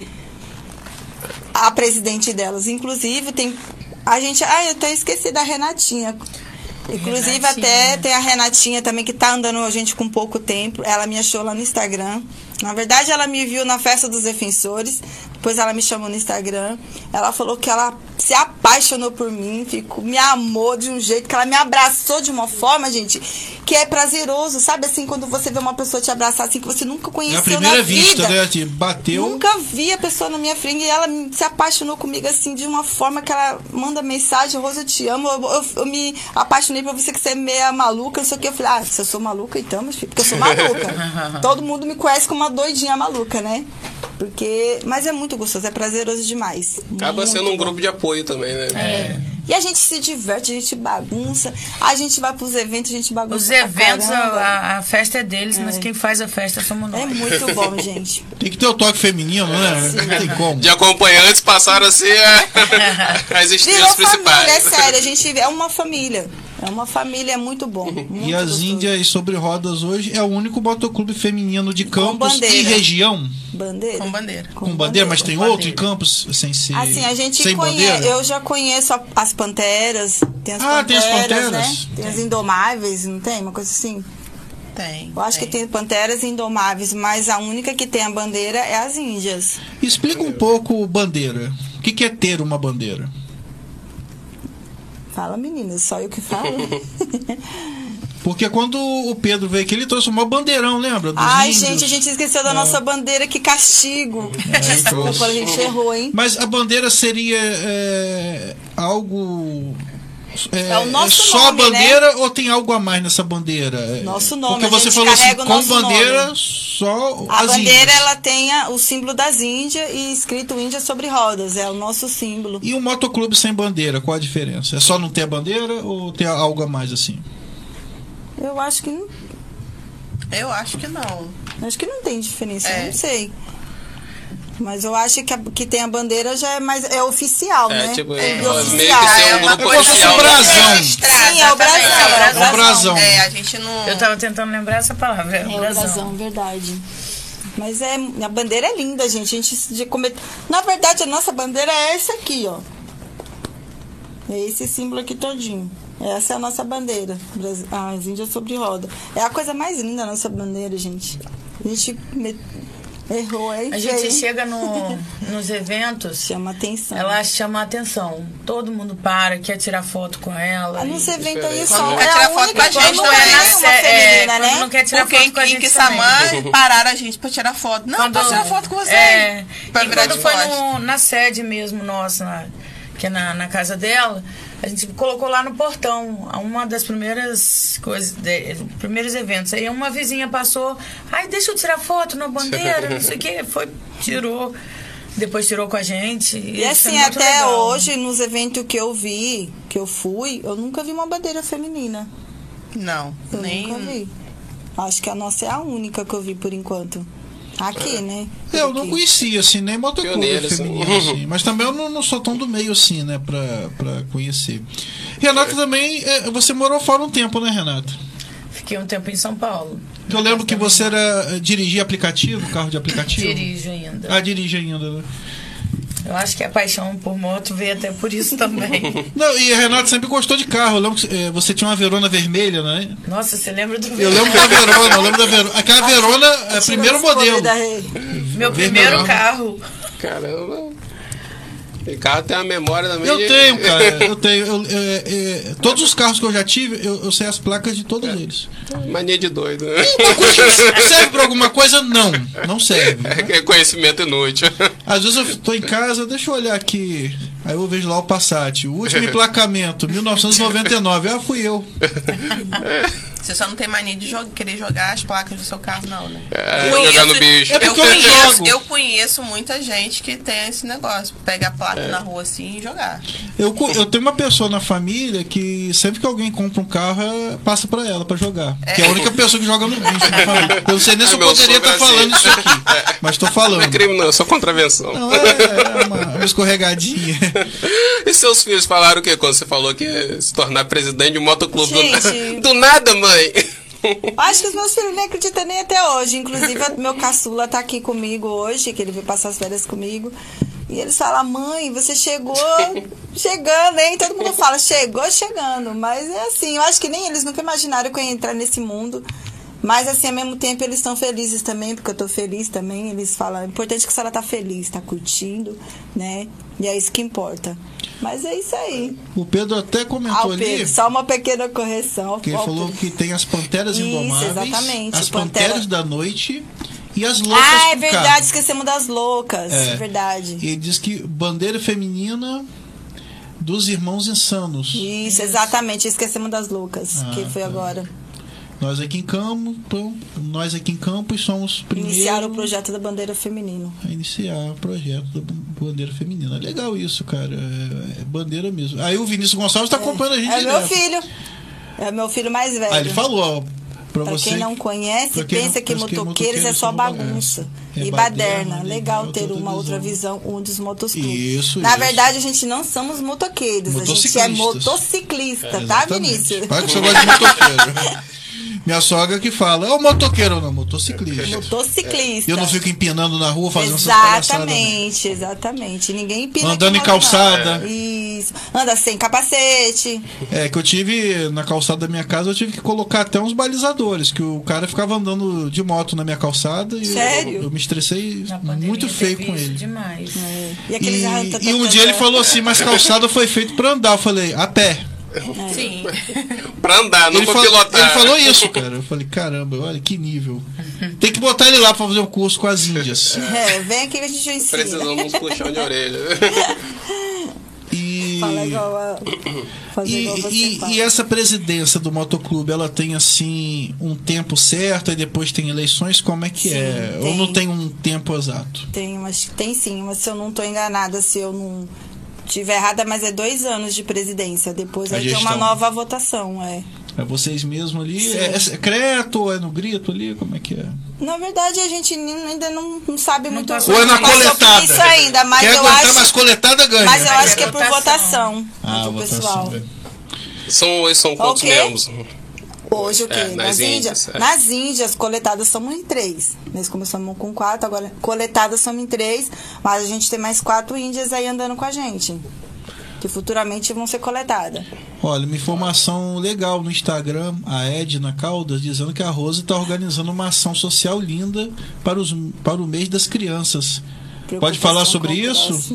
S3: a presidente delas. Inclusive, tem a gente, ah, eu até esqueci da Renatinha. Inclusive,
S5: Renatinha.
S3: até tem a Renatinha também, que tá andando a gente com pouco tempo. Ela me achou lá no Instagram. Na verdade, ela me viu na festa dos defensores. Depois ela me chamou no Instagram. Ela falou que ela se apaixonou por mim, ficou, me amou de um jeito, que ela me abraçou de uma forma, gente, que é prazeroso. Sabe assim, quando você vê uma pessoa te abraçar assim, que você nunca
S1: É
S3: conheceu
S1: a primeira
S3: na
S1: vista,
S3: vida.
S1: né? Tipo, bateu.
S3: Nunca vi a pessoa na minha frente e ela se apaixonou comigo assim, de uma forma que ela manda mensagem: Rosa, eu te amo, eu, eu, eu me apaixonei por você, que você é meia maluca, não sei o que. Eu falei, ah, se eu sou maluca, então, meu filho, porque eu sou maluca. Todo mundo me conhece como uma doidinha maluca, né? Porque, mas é muito gostoso, é prazeroso demais.
S2: Acaba
S3: Muito
S2: sendo um
S3: bom.
S2: grupo de apoio também, né?
S5: É.
S3: E a gente se diverte, a gente bagunça. A gente vai pros eventos, a gente bagunça.
S5: Os eventos,
S3: pra caramba.
S5: a, a festa é deles, mas quem faz a festa somos nós.
S3: É muito bom, gente.
S1: Tem que ter o toque feminino, né? Não tem como.
S2: De acompanhantes passaram a ser a- as estrelas
S3: Virou família, é
S2: principais.
S3: sério. A gente é uma família. É uma família, é muito bom. Muito
S1: E as
S3: gostoso.
S1: Índias sobre rodas hoje é o único motoclube feminino de Campos
S3: bandeira.
S1: e região.
S3: Bandeira?
S4: Com bandeira.
S1: Com bandeira, mas tem
S5: Com
S1: outro
S5: bandeira.
S1: em Campos sem ser.
S3: Assim, a gente
S1: sem
S3: conhece.
S1: bandeira?
S3: Eu já conheço a- as Panteras. Tem as
S1: Ah, tem
S3: Panteras,
S1: as Panteras?
S3: né? Tem as Indomáveis, não tem? Uma coisa assim.
S4: Tem.
S3: Eu acho que tem Panteras e Indomáveis, mas a única que tem a bandeira é as Índias.
S1: Explica um pouco bandeira. O que que é ter uma bandeira?
S3: Fala, meninas, só eu que falo.
S1: Porque quando o Pedro veio aqui, ele trouxe um maior bandeirão, lembra? Dos
S3: Ai,
S1: índios.
S3: gente, a gente esqueceu da nossa bandeira, que castigo. Desculpa, a gente errou, hein?
S1: Mas a bandeira seria é, algo. É,
S3: É o nosso
S1: é só
S3: nome,
S1: a bandeira ou tem algo a mais nessa bandeira? É,
S3: Nosso nome,
S1: Porque
S3: a
S1: você
S3: gente
S1: falou assim,
S3: carrega o
S1: com
S3: nosso
S1: bandeira
S3: nome.
S1: só
S3: A
S1: as
S3: bandeira,
S1: índias.
S3: ela tem a- o símbolo das Índias e escrito Índia sobre rodas. É o nosso símbolo.
S1: E um motoclube sem bandeira, qual a diferença? É só não ter a bandeira ou ter algo a mais assim?
S3: Eu acho que não,
S4: Eu acho que não.
S3: acho que não tem diferença,
S4: É.
S3: eu não sei. Mas eu acho que, a, que tem a bandeira já é mais é oficial,
S2: É,
S3: né?
S2: tipo,
S3: é
S2: é,
S3: do
S2: meio
S3: oficial.
S2: que ser um
S3: É uma
S2: grupo
S3: coisa
S2: oficial.
S1: É o brasão.
S4: Registrado,
S3: Sim, é o brasão,
S4: exatamente,
S3: é o
S1: É o brasão.
S4: É, a gente não...
S5: Eu tava tentando lembrar essa palavra. É,
S3: É o
S5: brasão.
S3: brasão, verdade. Mas é, a bandeira é linda, gente. A gente de comer... Na verdade, a nossa bandeira é essa aqui, ó. É esse símbolo aqui todinho. Essa é a nossa bandeira. Bras- As Índias sobre roda. É a coisa mais linda a nossa bandeira, gente. A gente me- errou, é
S5: A gente
S3: feio.
S5: chega no, nos eventos,
S3: Chama atenção.
S5: ela chama a atenção. Todo mundo para, quer tirar foto com ela.
S3: Ah,
S5: e-
S3: nos eventos aí
S2: Quando
S3: só
S4: não
S3: é
S4: quer
S3: a
S4: tirar foto
S3: única
S4: com a
S3: que
S4: gente,
S3: não
S4: não
S3: é
S4: é
S3: uma
S5: É,
S3: feminina,
S5: quando
S3: né?
S5: não quer tirar
S4: Porque
S5: foto com a
S4: em
S5: gente
S4: Quissamã
S5: também.
S4: pararam a gente pra tirar foto. Não,
S5: Quando-
S4: posso tirar foto com você.
S5: É,
S4: Pra
S5: e
S4: virar
S5: quando
S4: de
S5: foi
S4: costas.
S5: no- na sede mesmo nossa, na- que é na, na casa dela, a gente colocou lá no portão uma das primeiras coisas, de, primeiros eventos. Aí uma vizinha passou, ai, deixa eu tirar foto na bandeira, não sei o que, foi, tirou, depois tirou com a gente.
S3: E
S5: isso é
S3: assim,
S5: muito
S3: até
S5: legal.
S3: hoje, nos eventos que eu vi, que eu fui, eu nunca vi uma bandeira feminina.
S4: Não,
S3: Eu
S4: nem...
S3: nunca vi. Acho que a nossa é a única que eu vi por enquanto. Aqui, né? Por
S1: Eu não
S3: aqui.
S1: conhecia, assim, nem motoclube
S2: Pioneiro, assim.
S1: feminino, assim. Mas também eu não, não sou tão do meio, assim, né, pra, pra conhecer. Renata também, é, você morou fora um tempo, né, Renata?
S5: Fiquei um tempo em São Paulo.
S1: Eu lembro que você era dirigia aplicativo, carro de aplicativo.
S5: Dirijo ainda.
S1: Ah, dirige ainda, né?
S5: Eu acho que a paixão por moto veio até por isso também.
S1: Não, e a Renata sempre gostou de carro. Eu lembro que eh, você tinha uma Verona vermelha, né?
S5: Nossa, você lembra do
S1: Eu lembro da Verona, eu lembro da Verona. Aquela Verona é o primeiro
S3: Tirou esse poder
S1: modelo.
S3: da rei.
S5: meu
S1: Vermelhão.
S5: primeiro carro?
S2: Caramba. E carro tem uma memória também.
S1: Eu
S2: de-
S1: tenho, cara, eu tenho. Eu, é, é, todos os carros que eu já tive, eu, eu sei as placas de todos eles.
S2: Mania de doido, né?
S1: Serve pra alguma coisa? Não, não serve. né?
S2: É conhecimento inútil.
S1: Às vezes eu tô em casa, deixa eu olhar aqui. Aí eu vejo lá o Passat, o último emplacamento, mil novecentos e noventa e nove. Ah, fui eu.
S4: Você só não tem mania de jogar, querer jogar as placas do seu carro, não, né?
S2: É,
S4: Eu
S2: jogar no
S4: conheço-
S2: bicho.
S1: É porque
S4: Eu
S1: eu não
S4: conheço,
S1: jogo.
S4: eu conheço muita gente que tem esse negócio. Pegar a placa na rua assim e jogar.
S1: Eu, co- eu tenho uma pessoa na família que sempre que alguém compra um carro, é- passa pra ela pra jogar. Que é a única pessoa que joga no bicho na família. Eu não sei nem se
S2: Ah,
S1: eu
S2: meu
S1: poderia
S2: sogro
S1: estar
S2: é
S1: falando
S2: assim.
S1: isso aqui. Mas tô
S2: Não é
S1: falando.
S2: crime, não, é só contravenção.
S1: Não, é, é uma, uma escorregadinha.
S2: E seus filhos falaram o quê quando você falou que ia se tornar presidente de um motoclube?
S3: Gente.
S2: Do, do nada, mãe!
S3: Acho que os meus filhos nem acreditam nem até hoje. Inclusive, meu caçula tá aqui comigo hoje, que ele veio passar as férias comigo. E eles falam, mãe, você chegou chegando, hein? Todo mundo fala, chegou chegando. Mas é assim, eu acho que nem eles nunca imaginaram que eu ia entrar nesse mundo. Mas assim, ao mesmo tempo, eles estão felizes também, porque eu tô feliz também. Eles falam, é importante que a senhora tá feliz, tá curtindo, né? E é isso que importa. Mas é isso aí.
S1: O Pedro até
S3: Ah,
S1: comentou
S3: o Pedro,
S1: ali.
S3: só uma pequena correção.
S1: Que ele
S3: Ó, o
S1: falou
S3: Pedro.
S1: que tem as panteras
S3: Isso,
S1: indomáveis,
S3: exatamente,
S1: as
S3: Pantera-
S1: panteras da noite e as loucas
S3: Ah, é
S1: com
S3: verdade,
S1: carro.
S3: esquecemos das loucas.
S1: É.
S3: É verdade.
S1: E ele diz que bandeira feminina dos irmãos insanos.
S3: Isso, exatamente. Esquecemos das loucas,
S1: Ah,
S3: que foi
S1: tá.
S3: agora.
S1: Nós aqui em Campo, nós aqui em Campos somos primeiros
S3: Iniciar o projeto da bandeira feminina.
S1: a iniciar o projeto da bandeira feminina. Legal isso, cara. É, é bandeira mesmo. Aí o Vinícius Gonçalves está acompanhando a gente
S3: É
S1: direto.
S3: meu filho. É meu filho mais velho.
S1: Ah, ele falou, ó. Pra,
S3: Pra
S1: você,
S3: quem não conhece,
S1: pra quem
S3: pensa
S1: não-
S3: que
S1: pensa que
S3: motoqueiros é só bagunça.
S1: É
S3: e
S1: baderna,
S3: baderna.
S1: legal,
S3: Legal ter
S1: outra
S3: uma
S1: visão.
S3: outra visão, um dos motoclubes.
S1: Isso,
S3: Na
S1: isso.
S3: verdade, a gente não somos motoqueiros, a gente é
S1: Motociclistas.
S3: motociclista, tá,
S1: Exatamente.
S3: Vinícius?
S1: Para que você gosta de motoqueiro. Minha sogra que fala, é o motoqueiro não, motociclista.
S3: Motociclista.
S1: Eu não fico empinando na rua fazendo essas palhaçadas, não.
S3: Exatamente, exatamente. Ninguém empina
S1: Andando
S3: aqui
S1: em
S3: moto,
S1: calçada.
S3: não. Isso. Anda sem capacete.
S1: É, que eu tive, na calçada da minha casa, eu tive que colocar até uns balizadores, que o cara ficava andando de moto na minha calçada e
S3: Sério?
S1: eu, eu me estressei
S5: Na pandemia
S1: muito feio
S5: teve
S1: com
S5: isso
S1: ele.
S5: demais.
S3: E, aqueles
S1: E,
S3: arranca-
S1: e um dia ele falou assim, mas calçada foi feito pra andar. Eu falei, a pé.
S5: Sim.
S2: Pra andar, não
S1: Ele,
S2: pra
S1: falou-
S2: pilotar.
S1: ele falou isso, cara. Eu falei, caramba, olha que nível. Tem que botar ele lá pra fazer um curso com as índias.
S3: É, vem aqui que a gente ensina.
S2: Precisamos uns puxão de orelha.
S1: E,
S3: Fala igual a... Fazer
S1: e,
S3: igual você
S1: e,
S3: fala.
S1: e essa presidência do motoclube, ela tem assim um tempo certo e depois tem eleições? Como é que
S3: Sim,
S1: é? Ou
S3: tem.
S1: não tem um tempo exato?
S3: Tem, mas tem sim, mas se eu não tô enganada, se eu não tiver errada, mas é dois anos de presidência. Depois
S1: A
S3: aí tem
S1: gestão.
S3: uma nova votação, é.
S1: É vocês mesmos ali?
S3: Sim.
S1: É, é secreto ou é no grito ali? Como é que é?
S3: Na verdade, a gente nem- ainda não, não sabe muito.
S5: passou.
S1: Ou é na
S3: não passou por
S1: coletada?
S3: Isso ainda, mas
S1: Quer
S3: eu
S1: aguentar,
S3: acho.
S1: mas coletada ganha.
S3: Mas eu
S5: Mas
S3: acho
S5: é
S3: que é por
S5: votação.
S3: votação.
S1: Ah,
S3: do
S1: votação.
S3: pessoal.
S1: é.
S2: São, eles são quantos
S3: O quê?
S2: membros?
S3: Hoje o quê?
S2: É,
S3: nas,
S2: nas
S3: Índias?
S2: Índias, é.
S3: Nas Índias, coletadas somos em três. Nós começamos com quatro, agora coletadas somos em três, mas a gente tem mais quatro índias aí andando com a gente. Que futuramente vão ser coletadas.
S1: Olha, uma informação legal no Instagram, a Edna Caldas, dizendo que a Rose está organizando uma ação social linda para, os, para o mês das crianças. Pode falar sobre isso?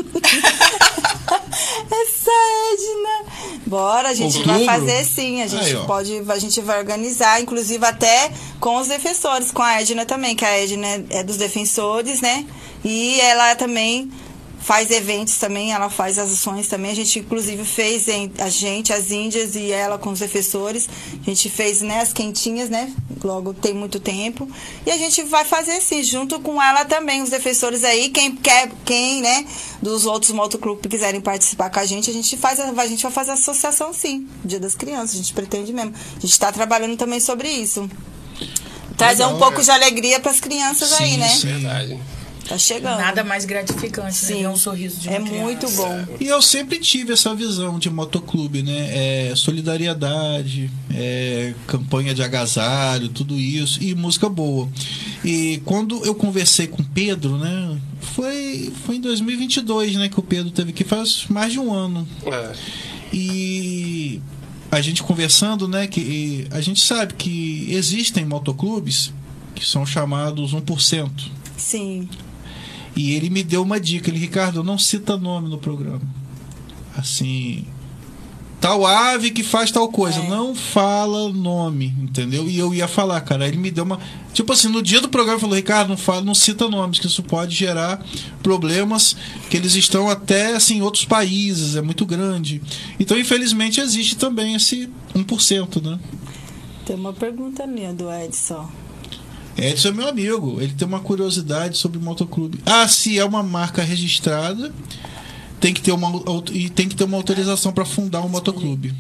S3: Essa Edna. Bora, a gente
S1: Outubro?
S3: vai fazer sim. A gente
S1: Aí, ó.
S3: pode, a gente vai organizar, inclusive até com os defensores, com a Edna também, que a Edna é- é dos defensores, né? E ela também faz eventos também, ela faz as ações também. A gente, inclusive, fez em- a gente, as índias e ela com os defensores. A gente fez, né, as quentinhas, né? Logo tem muito tempo. E a gente vai fazer assim, junto com ela também, os defensores aí. Quem quer, quem, né, dos outros motoclubes que quiserem participar com a gente, a gente faz, a, a gente vai fazer a associação sim, Dia das Crianças. A gente pretende mesmo. A gente está trabalhando também sobre isso. Trazer
S1: Legal,
S3: um pouco
S1: é.
S3: de alegria para as crianças aí,
S1: Sim,
S3: né?
S1: sim.
S2: Verdade.
S3: Tá chegando.
S5: Nada mais gratificante, né?
S3: Sim.
S5: Ver um sorriso de uma
S3: É
S5: criança.
S3: muito bom.
S1: E eu sempre tive essa visão de motoclube, né? É, solidariedade, é, campanha de agasalho, tudo isso, e música boa. E quando eu conversei com o Pedro, né? Foi, foi em dois mil e vinte e dois, né? Que o Pedro teve aqui, faz mais de um ano.
S2: É.
S1: E a gente conversando, né? Que e a gente sabe que existem motoclubes que são chamados um por cento.
S3: Sim.
S1: E ele me deu uma dica. Ele, Ricardo, não cita nome no programa. Assim, tal ave que faz tal coisa.
S3: É.
S1: Não fala nome, entendeu? E eu ia falar, cara. Ele me deu uma... Tipo assim, no dia do programa ele falou, Ricardo, não, fala, não cita nomes, que isso pode gerar problemas, que eles estão até assim, em outros países, é muito grande. Então, infelizmente, existe também esse um por cento, né?
S3: Tem uma pergunta minha do Edson.
S1: Edson é meu amigo, ele tem uma curiosidade sobre motoclube. Ah, se é uma marca registrada, tem que ter uma, e tem que ter uma autorização para fundar um motoclube.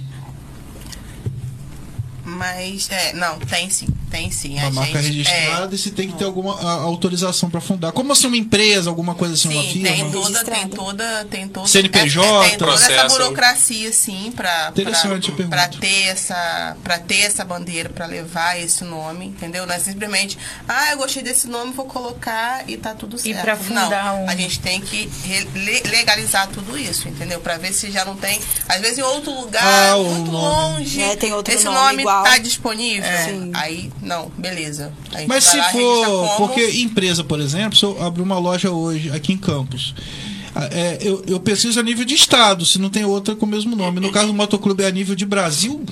S4: Mas, é, não, tem sim, tem sim.
S1: Uma
S4: a
S1: marca
S4: gente,
S1: registrada e se tem que ter alguma a- autorização para fundar. Como assim uma empresa, alguma coisa assim, uma
S4: Sim,
S1: firma?
S4: tem toda, tem
S3: Registrada.
S4: toda, tem toda.
S1: C N P J,
S4: é, tem toda essa
S2: processo.
S4: burocracia, sim, pra,
S1: Interessante a
S4: pra,
S1: pergunta.
S4: pra ter essa, pra ter essa bandeira, pra levar esse nome, entendeu? Não é simplesmente, ah, eu gostei desse nome, vou colocar e tá tudo certo.
S5: pra fundar
S4: não,
S5: um-
S4: a gente tem que re- le- legalizar tudo isso, entendeu? Pra ver se já não tem, às vezes em outro lugar,
S1: Ah, o
S4: muito
S1: nome.
S4: longe,
S3: É, tem outro
S4: esse
S3: nome
S4: nome
S3: igual.
S4: tá disponível.
S3: Sim.
S4: Aí, não, beleza. A gente
S1: Mas
S4: vai
S1: se
S4: lá, registra
S1: for,
S4: como-
S1: porque empresa, por exemplo, se eu abrir uma loja hoje aqui em Campos, ah, é, eu, eu preciso a nível de estado, se não tem outra com o mesmo nome. No caso do motoclube é a nível de Brasil,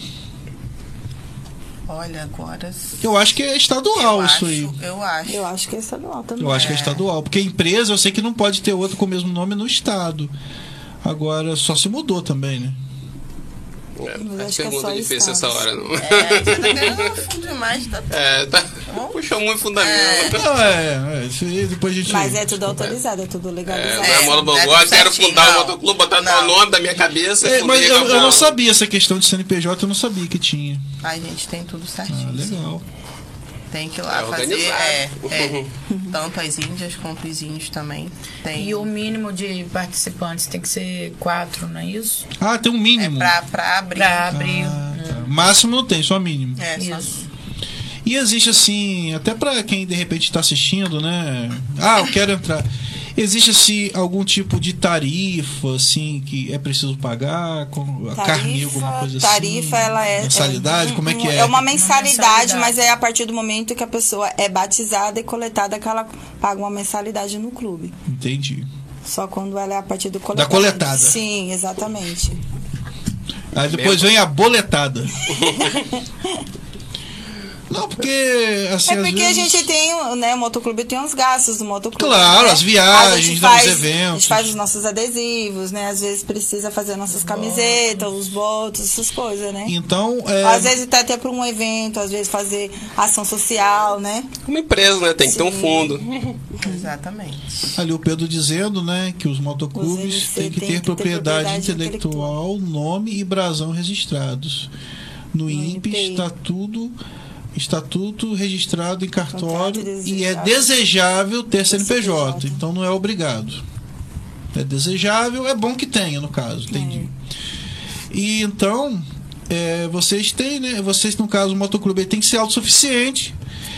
S4: Olha, agora...
S1: eu acho que é estadual
S4: eu
S1: isso
S4: acho,
S1: aí.
S4: Eu acho.
S3: Eu acho que é estadual também.
S1: Eu acho que é estadual. Porque empresa eu sei que não pode ter outra com o mesmo nome no estado. Agora, só se mudou também, né?
S2: É,
S3: Mas
S2: a
S3: acho que é
S2: pergunta
S3: só
S2: difícil
S3: estados.
S2: essa hora, não.
S4: É, já tá querendo fundo demais. Tá...
S2: É, tá. Puxou muito fundamento.
S1: Não, é, é, isso aí depois a gente...
S3: Mas é tudo autorizado, é tudo
S2: É,
S3: legalizado.
S2: é, Mola
S4: é
S2: Bongó,
S4: tudo
S2: quero
S4: certinho,
S2: fundar o
S4: não.
S2: motoclube, botar
S4: Não.
S2: o nome da minha cabeça.
S1: É, mas
S2: fundei,
S1: eu, eu
S2: acabou.
S1: não sabia essa questão de C N P J, eu não sabia que tinha.
S4: A gente tem tudo
S1: Ah,
S4: certinho.
S1: legal.
S4: Tem que ir lá
S2: É
S4: fazer.
S2: organizado.
S4: É, é. Tanto as índias quanto os índios também. Tem.
S5: E o mínimo de participantes tem que ser quatro, não é isso?
S1: Ah, tem um
S4: É
S1: mínimo.
S4: pra, pra abrir.
S5: Pra abrir.
S1: Ah, tá. Máximo não tem, só mínimo.
S4: É, só
S5: Isso.
S1: E existe assim, até pra quem de repente está assistindo, né? Ah, eu quero entrar. Existe assim algum tipo de tarifa assim que é preciso pagar, com a carne, alguma coisa assim?
S3: Tarifa, ela é.
S1: Mensalidade,
S3: é,
S1: como é que é?
S3: É uma mensalidade,
S5: mensalidade.
S3: mas é a partir do momento que a pessoa é batizada e coletada que ela paga uma mensalidade no clube.
S1: Entendi.
S3: Só quando ela é a partir do coletada.
S1: coletada.
S3: Sim, exatamente.
S1: Aí depois vem a boletada. Não, porque assim,
S3: É porque
S1: às
S3: a
S1: vezes...
S3: gente tem, né, o motoclube tem os gastos do motoclube.
S1: Claro,
S3: né?
S1: as viagens,
S3: A gente
S1: né,
S3: faz,
S1: os eventos.
S3: A gente faz os nossos adesivos, né? Às vezes precisa fazer nossas camisetas, os botos, essas coisas, né?
S1: Então, é...
S3: Às vezes tá até para um evento, às vezes fazer ação social, né?
S2: Uma empresa, né? Tem que ter um
S3: Sim.
S2: fundo.
S4: Exatamente.
S1: ali o Pedro dizendo, né, que os motoclubes
S3: Os
S1: têm que
S3: tem
S1: ter
S3: que ter
S1: propriedade,
S3: propriedade
S1: intelectual, nome e brasão registrados. No,
S3: No
S1: I N P E
S3: I N P E.
S1: está tudo estatuto registrado em cartório
S3: Contrato
S1: e é
S3: desejável.
S1: desejável ter C N P J,
S3: C N P J.
S1: então não é obrigado. É desejável, é bom que tenha, no caso, entendi. E então, é, vocês têm, né? Vocês, no caso, o motoclube tem que ser autossuficiente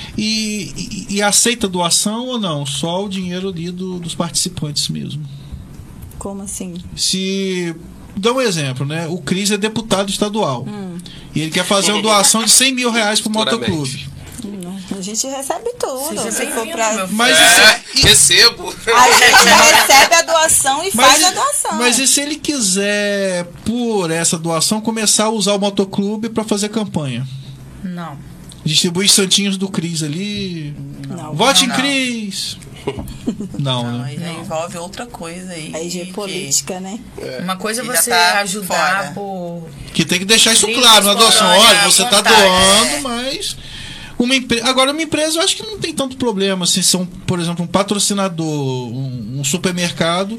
S1: e, e, e aceita doação ou não? Só o dinheiro ali do, dos participantes mesmo.
S3: Como assim?
S1: Se. Dá um exemplo, né? O Cris é deputado estadual. E ele quer fazer uma doação de cem mil reais pro
S2: Futuramente.
S1: motoclube.
S3: Não, a gente recebe tudo.
S5: Seja
S3: Se for
S5: bem-vindo,
S3: pra...
S5: meu filho.
S1: Mas,
S2: É,
S1: e se,
S2: recebo.
S3: A gente recebe a doação e faz
S1: mas,
S3: a doação.
S1: mas e se ele quiser, por essa doação, começar a usar o motoclube para fazer campanha?
S5: Não.
S1: Distribuir santinhos do Cris ali.
S3: Não,
S1: Vote
S4: não,
S1: em
S4: não.
S1: Cris! Não,
S4: Não,
S1: né?
S4: aí já envolve outra coisa aí.
S3: Aí já é
S4: que-
S3: política, né?
S5: Uma coisa é
S4: Que já
S5: você
S4: tá
S5: ajudar
S4: fora.
S5: por.
S1: Que tem que deixar isso
S5: Sim,
S1: claro na doação.
S5: espontânea
S1: Olha, você tá
S5: vontade,
S1: doando,
S5: é.
S1: mas. Uma empre... Agora, uma empresa eu acho que não tem tanto problema. Se são, por exemplo, um patrocinador, um, um supermercado.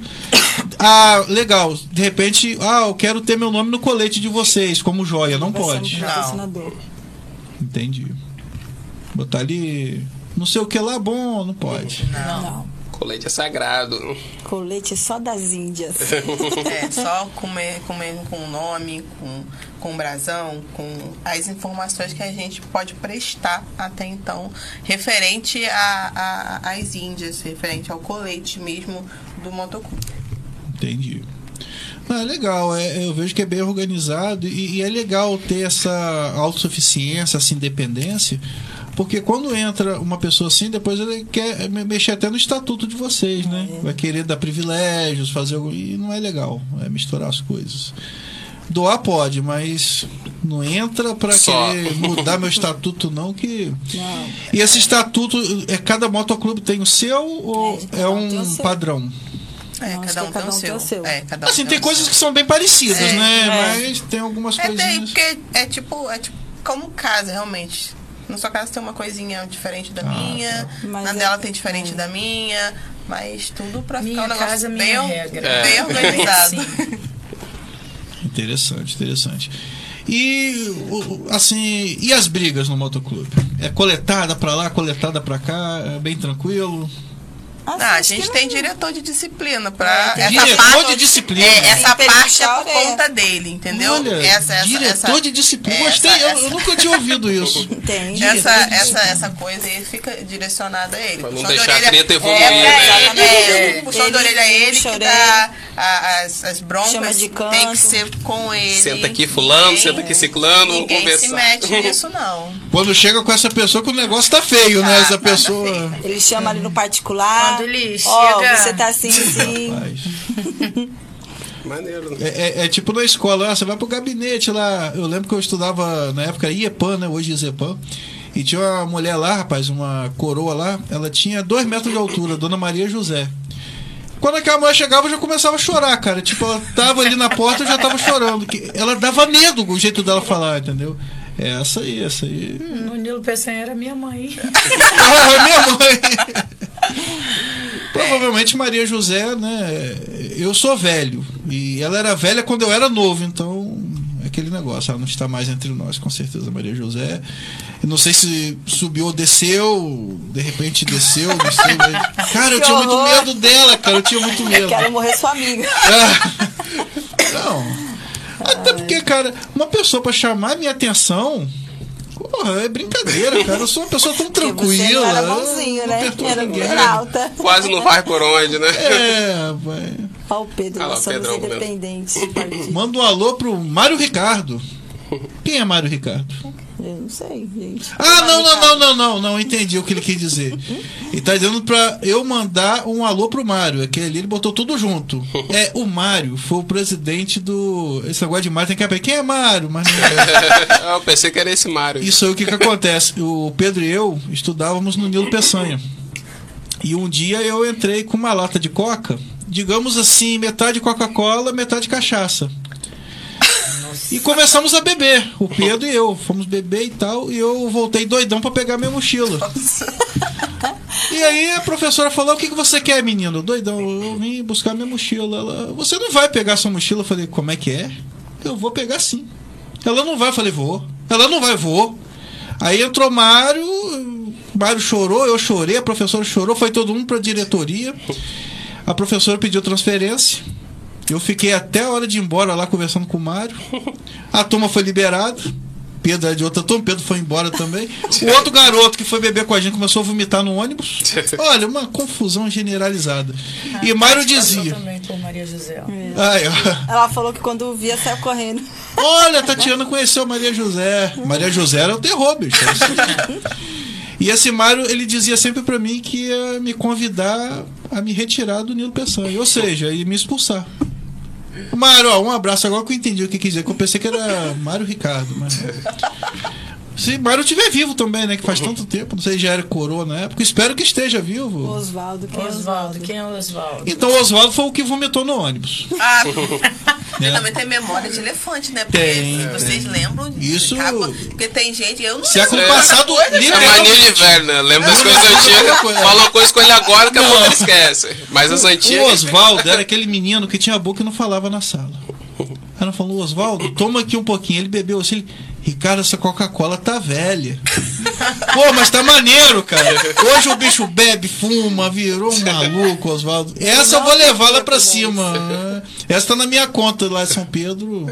S1: Ah, legal. De repente, ah, eu quero ter meu nome no colete de vocês, como joia. Não
S3: Vai ser um
S1: pode.
S3: patrocinador.
S1: Entendi. Botar ali. Não sei o que lá bom, não pode.
S3: Não.
S2: Colete é sagrado.
S3: Colete é só das Índias.
S4: É, só comer, comer com o nome, com, com brasão, com as informações que a gente pode prestar até então, referente a, a, às índias, referente ao colete mesmo do motoclube.
S1: Entendi. Ah, é legal, é, eu vejo que é bem organizado e, e é legal ter essa autossuficiência, essa independência, porque quando entra uma pessoa assim, depois ele quer me- mexer até no estatuto de vocês, né? Vai querer dar privilégios, fazer algo, e não é legal, é misturar as coisas. Doar pode, mas não entra pra
S2: Só.
S1: querer mudar meu estatuto não, que...
S3: Não.
S1: E esse estatuto, é cada motoclube tem o seu ou
S3: É,
S1: é
S3: cada um tem o
S1: um
S3: seu.
S1: padrão?
S4: É,
S3: Não, acho
S4: cada
S3: que
S4: um,
S3: cada
S4: tem,
S3: um
S4: o
S3: tem
S4: seu.
S3: o seu.
S4: É, cada um
S1: Assim,
S4: tem
S1: tem
S4: o
S1: coisas
S4: seu.
S1: que são bem parecidas,
S4: É,
S1: né?
S3: é.
S1: Mas tem algumas
S4: É, tem,
S1: coisinhas.
S4: porque é tipo, é tipo como casa, realmente. Na sua casa tem uma coisinha diferente da
S1: Ah,
S4: minha,
S3: Mas
S4: na
S3: é-
S4: dela tem diferente da minha, mas tudo pra
S5: Minha
S4: ficar um negócio
S5: casa,
S4: bem,
S5: minha regra.
S2: É.
S4: bem organizado.
S5: Sim.
S1: Interessante, interessante. E o- assim, e as brigas no motoclube? É coletada pra lá, coletada pra cá, é bem tranquilo.
S3: Assim,
S4: Não, a
S3: acho
S4: gente
S3: que
S4: tem
S3: não-
S4: diretor de disciplina pra
S3: É, tem
S4: essa
S1: diretor
S4: parte,
S1: de disciplina.
S4: É, essa
S3: Tem que
S4: parte é
S3: puxar
S4: por
S3: a orelha.
S4: conta dele, entendeu?
S1: Olha,
S4: essa, essa,
S1: diretor
S4: essa,
S1: de disciplina.
S4: essa-
S1: Gostei, eu-
S4: essa-
S1: eu, nunca tinha ouvido isso.
S3: Tem.
S1: Diretor
S4: Essa,
S1: de
S4: essa, essa coisa aí fica direcionada a ele.
S2: Pra não
S4: Puxão de
S2: deixar a
S4: orelha-
S2: treta evoluir,
S4: é,
S2: né?
S4: É,
S3: É.
S4: puxão de
S3: Ele
S4: orelha a ele
S3: puxa a
S4: que
S3: orelha.
S4: dá a- as, as
S3: Chama
S4: broncas,
S3: de canto.
S4: tem que ser com ele.
S2: Senta aqui fulano,
S4: Ninguém-
S2: senta aqui ciclano, vamos
S4: Ninguém
S2: conversar.
S4: se mete nisso, não.
S1: Quando chega com essa pessoa que o negócio tá feio, né?
S4: Tá,
S1: Essa
S4: tá,
S1: pessoa.
S4: tá feio.
S3: Ele chama ali no particular.
S5: Quando ele
S3: Ó,
S5: chega-
S3: você tá assim, assim.
S1: Rapaz.
S2: Maneiro, né?
S1: É, é- é tipo na escola, ah, você vai pro gabinete lá. Eu lembro que eu estudava na época IEPAM, né? Hoje IZEPAM. E tinha uma mulher lá, rapaz, uma coroa lá. Ela tinha dois metros de altura, Dona Maria José. Quando aquela mulher chegava, eu já começava a chorar, cara. Tipo, ela tava ali na porta, eu já tava chorando. Que ela dava medo o jeito dela falar, entendeu? É essa aí, essa aí.
S5: Hum, o Nilo Peçanha era minha mãe.
S1: Ah, minha mãe. Provavelmente Maria José, né? Eu sou velho. E ela era velha quando eu era novo, então é aquele negócio. Ela não está mais entre nós, com certeza, Maria José. Eu não sei se subiu ou desceu, de repente desceu, não sei. Mas... Cara, eu
S3: Que
S1: tinha muito
S3: horror.
S1: medo dela, cara. Eu tinha muito medo.
S3: Quero morrer sua amiga.
S1: Ah, não. Até porque, cara, uma pessoa pra chamar minha atenção. Porra, é brincadeira, cara. Eu sou uma pessoa tão
S3: Porque
S1: tranquila.
S3: você não era
S1: eu
S3: bonzinho,
S1: não
S3: né?
S1: perturbo
S3: Era
S1: ninguém.
S3: mulher alta.
S2: Quase não vai por onde, né?
S1: É, vai.
S3: Olha o Pedro,
S2: Ah lá,
S3: nós somos
S2: Pedrão,
S3: independentes.
S1: Manda um alô pro Mário Ricardo. Quem é Mário Ricardo?
S3: Eu não sei, gente.
S1: Ah, não, não, não, não, não, não, entendi o que ele quis dizer. Ele tá dizendo pra eu mandar um alô pro Mário. Aquele ali ele botou tudo junto. É, o Mário foi o presidente do. Esse negócio de Mário tem que aprender. Quem é Mário? Mas não é.
S2: Eu pensei que era esse Mário.
S1: Isso aí, o que que acontece? O Pedro e eu estudávamos no Nilo Peçanha. E um dia eu entrei com uma lata de coca, digamos assim, metade Coca-Cola, metade cachaça. E começamos a beber, o Pedro e eu. Fomos beber e tal, e eu voltei doidão pra pegar minha mochila. E aí a professora falou: o que, que você quer, menino? Doidão, eu vim buscar minha mochila. Ela: você não vai pegar sua mochila? Eu falei: como é que é? Eu vou pegar sim. Ela: não vai? Eu falei: vou. Ela: não vai? Vou. Aí entrou Mário, Mário chorou, eu chorei, a professora chorou, foi todo mundo pra diretoria. A professora pediu transferência. Eu fiquei até a hora de ir embora lá conversando com o Mário. A turma foi liberada. Pedro era de outra turma, Pedro foi embora também. O outro garoto que foi beber com a gente começou a vomitar no ônibus. Olha, uma confusão generalizada.
S5: Ah,
S1: E Mário
S5: passou
S1: dizia:
S5: também por Maria José.
S1: ai, ó,
S3: Ela falou que quando via, saiu correndo.
S1: olha, a Tatiana conheceu Maria José. Maria José era o terror, bicho. E esse Mário, ele dizia sempre pra mim que ia me convidar a me retirar do Nilo Peçanha. Ou seja, ia me expulsar. Mário, ó, um abraço. Agora que eu entendi o que quis dizer, que eu pensei que era Mário Ricardo. Mas... se Mário estiver vivo também, né? Que faz tanto tempo. Não sei se já era coroa na época. Espero que esteja vivo.
S3: Osvaldo, quem é
S5: Oswaldo,
S3: Osvaldo?
S5: quem é o Oswaldo?
S1: Então o Oswaldo foi o que vomitou no ônibus.
S4: Ah,
S1: Né?
S4: ele também tem memória de elefante, né? Porque
S1: Tem,
S4: se vocês
S1: tem.
S4: lembram de
S1: Isso-
S4: capa, porque tem gente, eu não
S1: Século
S2: É.
S1: passado,
S2: É mania de velho, né? Lembra das coisas antigas, fala uma coisa com ele agora, daqui a pouco ele esquece. Mas as
S1: O
S2: antigas.
S1: Oswaldo era aquele menino que tinha a boca e não falava na sala. Ela falou: Oswaldo, toma aqui um pouquinho. Ele bebeu assim. Ele: Ricardo, essa Coca-Cola tá velha. Pô, mas tá maneiro, cara. Hoje o bicho bebe, fuma, virou um maluco, Oswaldo. Essa eu vou levar lá pra cima. Essa tá na minha conta lá em São Pedro.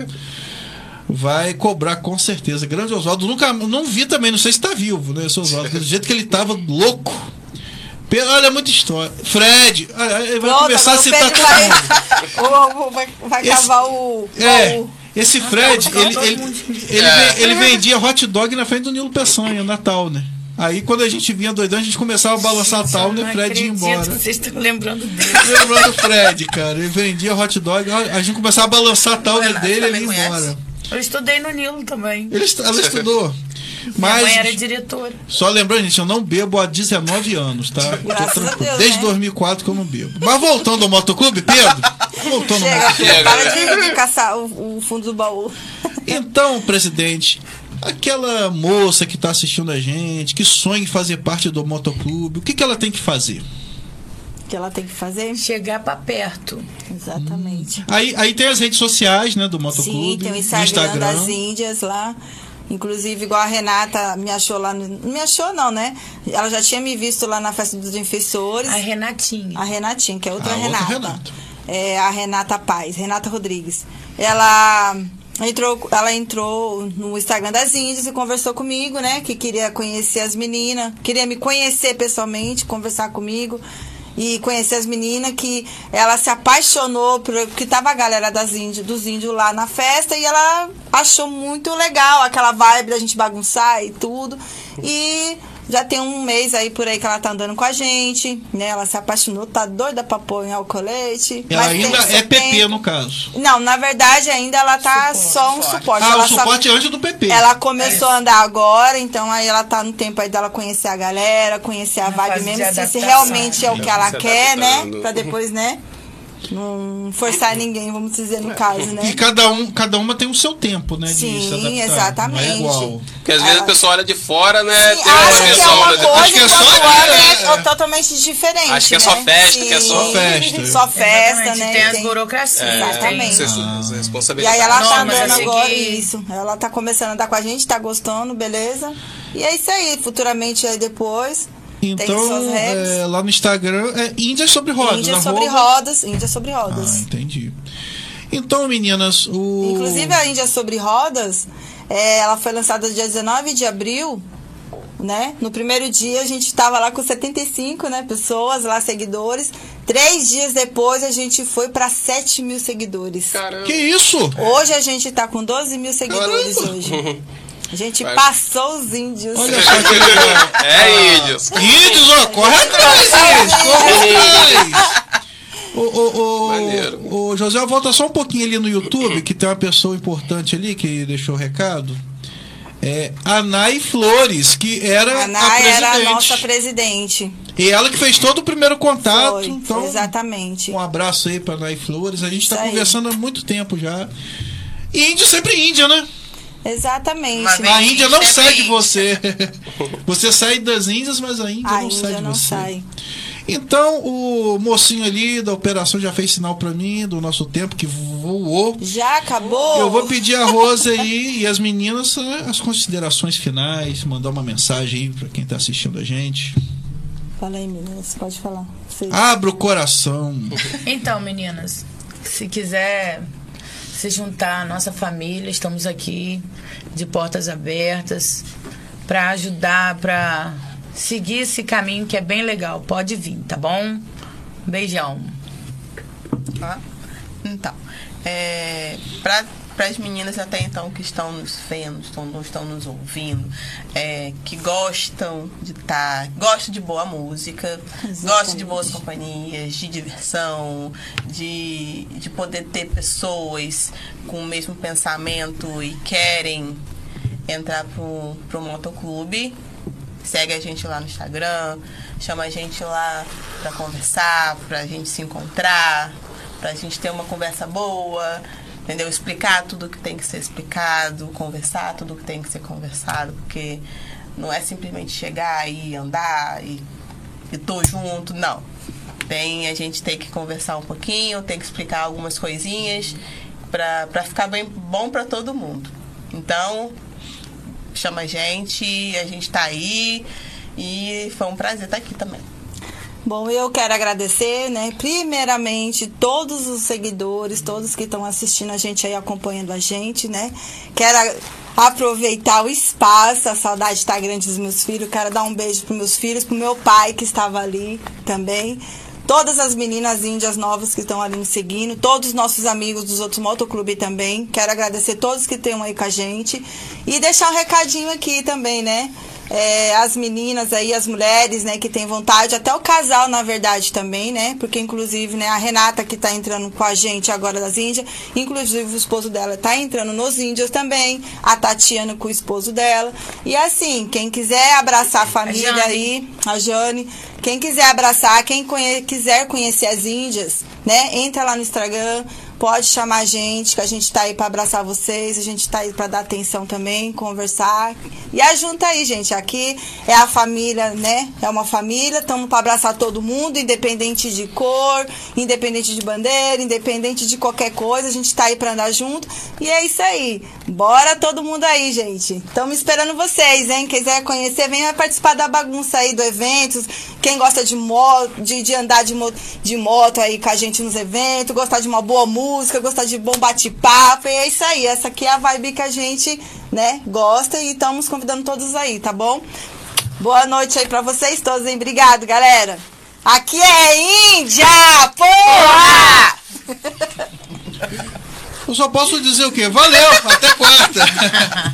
S1: Vai cobrar com certeza. Grande Oswaldo. Nunca, não vi também, não sei se tá vivo, né? Esse Oswaldo, do jeito que ele tava louco. Pe- Olha, muita história. Fred, ah, ele vai
S3: Pronto,
S1: começar a
S3: agora o
S1: citar
S3: Pedro
S1: todo
S3: vai,
S1: mundo.
S3: o- o- vai, vai
S1: Esse-
S3: cavar o
S1: É,
S3: baú.
S1: esse Fred, ele, ele, ele,
S2: É.
S1: ve- ele vendia hot dog na frente do Nilo Peçanha, Natal, né? Aí quando a gente vinha doidão, a gente começava a balançar a tal, né?
S5: Não
S1: Fred ia
S5: acredito
S1: embora.
S5: que vocês estão lembrando dele.
S1: Lembrando o Fred, cara. Ele vendia hot dog, a gente começava a balançar a tal
S4: Renato
S1: dele e ele
S4: também
S1: ia
S4: conhece?
S1: embora.
S5: Eu estudei no Nilo também.
S1: Ele, est- ela estudou.
S5: Minha mãe era
S1: Mas,
S5: diretora.
S1: só lembrando, gente, eu não bebo há dezenove anos, tá? Tô
S3: Graças a
S1: tranquilo.
S3: Deus,
S1: Desde
S3: né?
S1: dois mil e quatro que eu não bebo. Mas voltando ao motoclube, Pedro. Voltando ao
S3: Chega,
S1: motoclube.
S3: Pedro, para de, de caçar o, o fundo do baú.
S1: Então, presidente, aquela moça que está assistindo a gente, que sonha em fazer parte do motoclube, o que, que ela tem que fazer?
S3: O que ela tem que fazer?
S5: Chegar pra perto.
S3: Exatamente.
S1: Aí, aí tem as redes sociais, né, do motoclube,
S3: Sim, tem o
S1: no
S3: Instagram,
S1: Instagram.
S3: das Índias lá. Inclusive, igual a Renata me achou lá. No, não me achou, não, né? Ela já tinha me visto lá na festa dos infessores.
S5: A Renatinha.
S3: A Renatinha, que é outra
S1: A outra
S3: Renata.
S1: Renata.
S3: É a Renata Paz, Renata Rodrigues. Ela entrou, ela entrou no Instagram das Índias e conversou comigo, né? Que queria conhecer as meninas, queria me conhecer pessoalmente, conversar comigo. E conhecer as meninas, que ela se apaixonou por que tava a galera das índios, dos índios lá na festa, e ela achou muito legal aquela vibe da gente bagunçar e tudo. E já tem um mês aí por aí que ela tá andando com a gente, né? Ela se apaixonou, tá doida pra pôr em alcoolete.
S1: Ela
S3: mas tem
S1: ainda
S3: seu
S1: é P P,
S3: tempo.
S1: no caso.
S3: Não, na verdade ainda ela tá
S5: Suporte,
S3: só um
S4: suporte.
S3: suporte.
S1: Ah,
S3: ela
S1: o
S3: só-
S1: suporte antes do P P.
S3: ela começou a andar agora, então aí ela tá no tempo aí dela conhecer a galera, conhecer a
S5: Na
S3: vibe
S5: fase
S3: mesmo,
S5: de
S3: se, se
S5: adaptação.
S3: realmente é o que ela
S2: Se
S3: quer, né?
S2: adaptando.
S3: Pra depois, né? Não forçar ninguém, vamos dizer, no caso, né?
S1: E cada, um, cada uma tem o seu tempo, né? De
S3: Sim,
S1: se adaptar.
S3: exatamente.
S1: Não é igual.
S2: Porque às vezes
S3: Ela-
S2: a pessoa olha de fora, né?
S3: Sim,
S2: tem uma
S3: acho que é
S2: visão,
S3: uma
S2: né?
S3: coisa
S1: Acho que é
S3: e
S1: só-
S3: quando olha
S1: é.
S3: é totalmente diferente,
S2: Acho que é
S3: né?
S2: só festa, que é só-
S3: Sim,
S1: festa.
S3: Só festa,
S5: Exatamente,
S3: né?
S5: tem as
S3: Tem-
S5: burocracias.
S2: É,
S3: Exatamente.
S2: tem
S1: Ah.
S2: essa
S3: E
S2: responsabilidade.
S3: aí ela tá
S5: Normas a
S3: andando
S5: seguir.
S3: agora, isso. Ela tá começando a andar com a gente, tá gostando, beleza? E é isso aí, futuramente aí depois. tem
S1: Então,
S3: suas regras.
S1: é, lá no Instagram é Índias sobre Rodas.
S3: Índia sobre
S1: arroba-
S3: rodas, Índia sobre rodas.
S1: Ah, entendi. Então, meninas, o...
S3: Inclusive a Índia sobre rodas, é, ela foi lançada dia dezenove de abril, né? No primeiro dia a gente estava lá com setenta e cinco, né, pessoas lá, seguidores. Três dias depois a gente foi para sete mil seguidores.
S2: Caramba.
S1: Que isso?
S3: Hoje a gente tá com doze mil seguidores
S1: Caramba.
S3: hoje. A gente
S2: Vai.
S3: passou os índios.
S1: Olha só que legal.
S2: É, índios.
S1: Índios, ó, corre atrás, índios, corre atrás. Ô, ô, ô,
S2: Maneiro.
S1: ô, José, volta só um pouquinho ali no YouTube, que tem uma pessoa importante ali que deixou o recado. É a Nay Flores, que era
S3: A
S1: a
S3: Nay
S1: presidente.
S3: era a nossa presidente.
S1: E ela que fez todo o primeiro contato.
S3: Foi,
S1: então,
S3: exatamente.
S1: um abraço aí pra Nay Flores. A gente
S3: Isso
S1: tá
S3: aí.
S1: conversando há muito tempo já. E índio sempre índia, né?
S3: Exatamente.
S5: Mas
S1: A Índia não
S5: sempre
S1: sai de
S5: índia.
S1: você. Você sai das Índias, mas a Índia
S3: A
S1: não sai
S3: Índia
S1: de
S3: não
S1: você.
S3: sai.
S1: Então, o mocinho ali da operação já fez sinal pra mim do nosso tempo que voou.
S3: Já acabou?
S1: Eu vou pedir a Rose aí e as meninas eh, as considerações finais, mandar uma mensagem aí pra quem tá assistindo a gente.
S3: Fala aí, meninas, pode falar. Você-
S1: Abra o coração.
S5: Então, meninas, se quiser se juntar à nossa família, estamos aqui de portas abertas para ajudar, para seguir esse caminho que é bem legal. Pode vir, tá bom? Beijão.
S4: Tá? Então, é, para as meninas até então que estão nos vendo, estão, não estão nos ouvindo, é, que gostam de estar, gostam de boa música,
S3: Exatamente.
S4: gostam de boas companhias, de diversão, de, de poder ter pessoas com o mesmo pensamento e querem entrar pro, pro motoclube, segue a gente lá no Instagram, chama a gente lá pra conversar, pra gente se encontrar, pra gente ter uma conversa boa, entendeu? Explicar tudo que tem que ser explicado, conversar tudo que tem que ser conversado, porque não é simplesmente chegar e andar e, e tô junto, não. Tem, a gente tem que conversar um pouquinho, tem que explicar algumas coisinhas pra, pra ficar bem bom pra todo mundo. Então, chama a gente, a gente tá aí e foi um prazer estar aqui também.
S3: Bom, eu quero agradecer, né, primeiramente, todos os seguidores, todos que estão assistindo a gente aí, acompanhando a gente, né. Quero aproveitar o espaço, a saudade está grande dos meus filhos, quero dar um beijo para meus filhos, para o meu pai que estava ali também. Todas as meninas índias novas que estão ali nos seguindo, todos os nossos amigos dos outros motoclubes também. Quero agradecer todos que estão aí com a gente. E deixar um recadinho aqui também, né? É, as meninas aí, as mulheres, né, que tem vontade, até o casal, na verdade, também, né? Porque, inclusive, né, a Renata, que tá entrando com a gente agora das Índias, inclusive o esposo dela tá entrando nos Índios também, a Tatiana com o esposo dela. E assim, quem quiser abraçar a família
S5: Jane.
S3: aí, a Jane, quem quiser abraçar, quem conhe- quiser conhecer as Índias, né, entra lá no Instagram, pode chamar a gente, que a gente tá aí pra abraçar vocês, a gente tá aí pra dar atenção também, conversar. E ajunta aí, gente. Aqui é a família, né? É uma família, estamos pra abraçar todo mundo, independente de cor, independente de bandeira, independente de qualquer coisa, a gente tá aí pra andar junto. E é isso aí. Bora todo mundo aí, gente. Estamos esperando vocês, hein? Quem quiser conhecer, venha participar da bagunça aí do evento. Quem gosta de moto, de, de andar de, mo de moto aí com a gente nos eventos, gostar de uma boa música, música, gostar de bom bate-papo, e é isso aí, essa aqui é a vibe que a gente, né, gosta e estamos convidando todos aí, tá bom? Boa noite aí pra vocês todos, hein? Obrigado, galera! Aqui é Índia, porra!
S1: Eu só posso dizer o quê? Valeu, até quarta!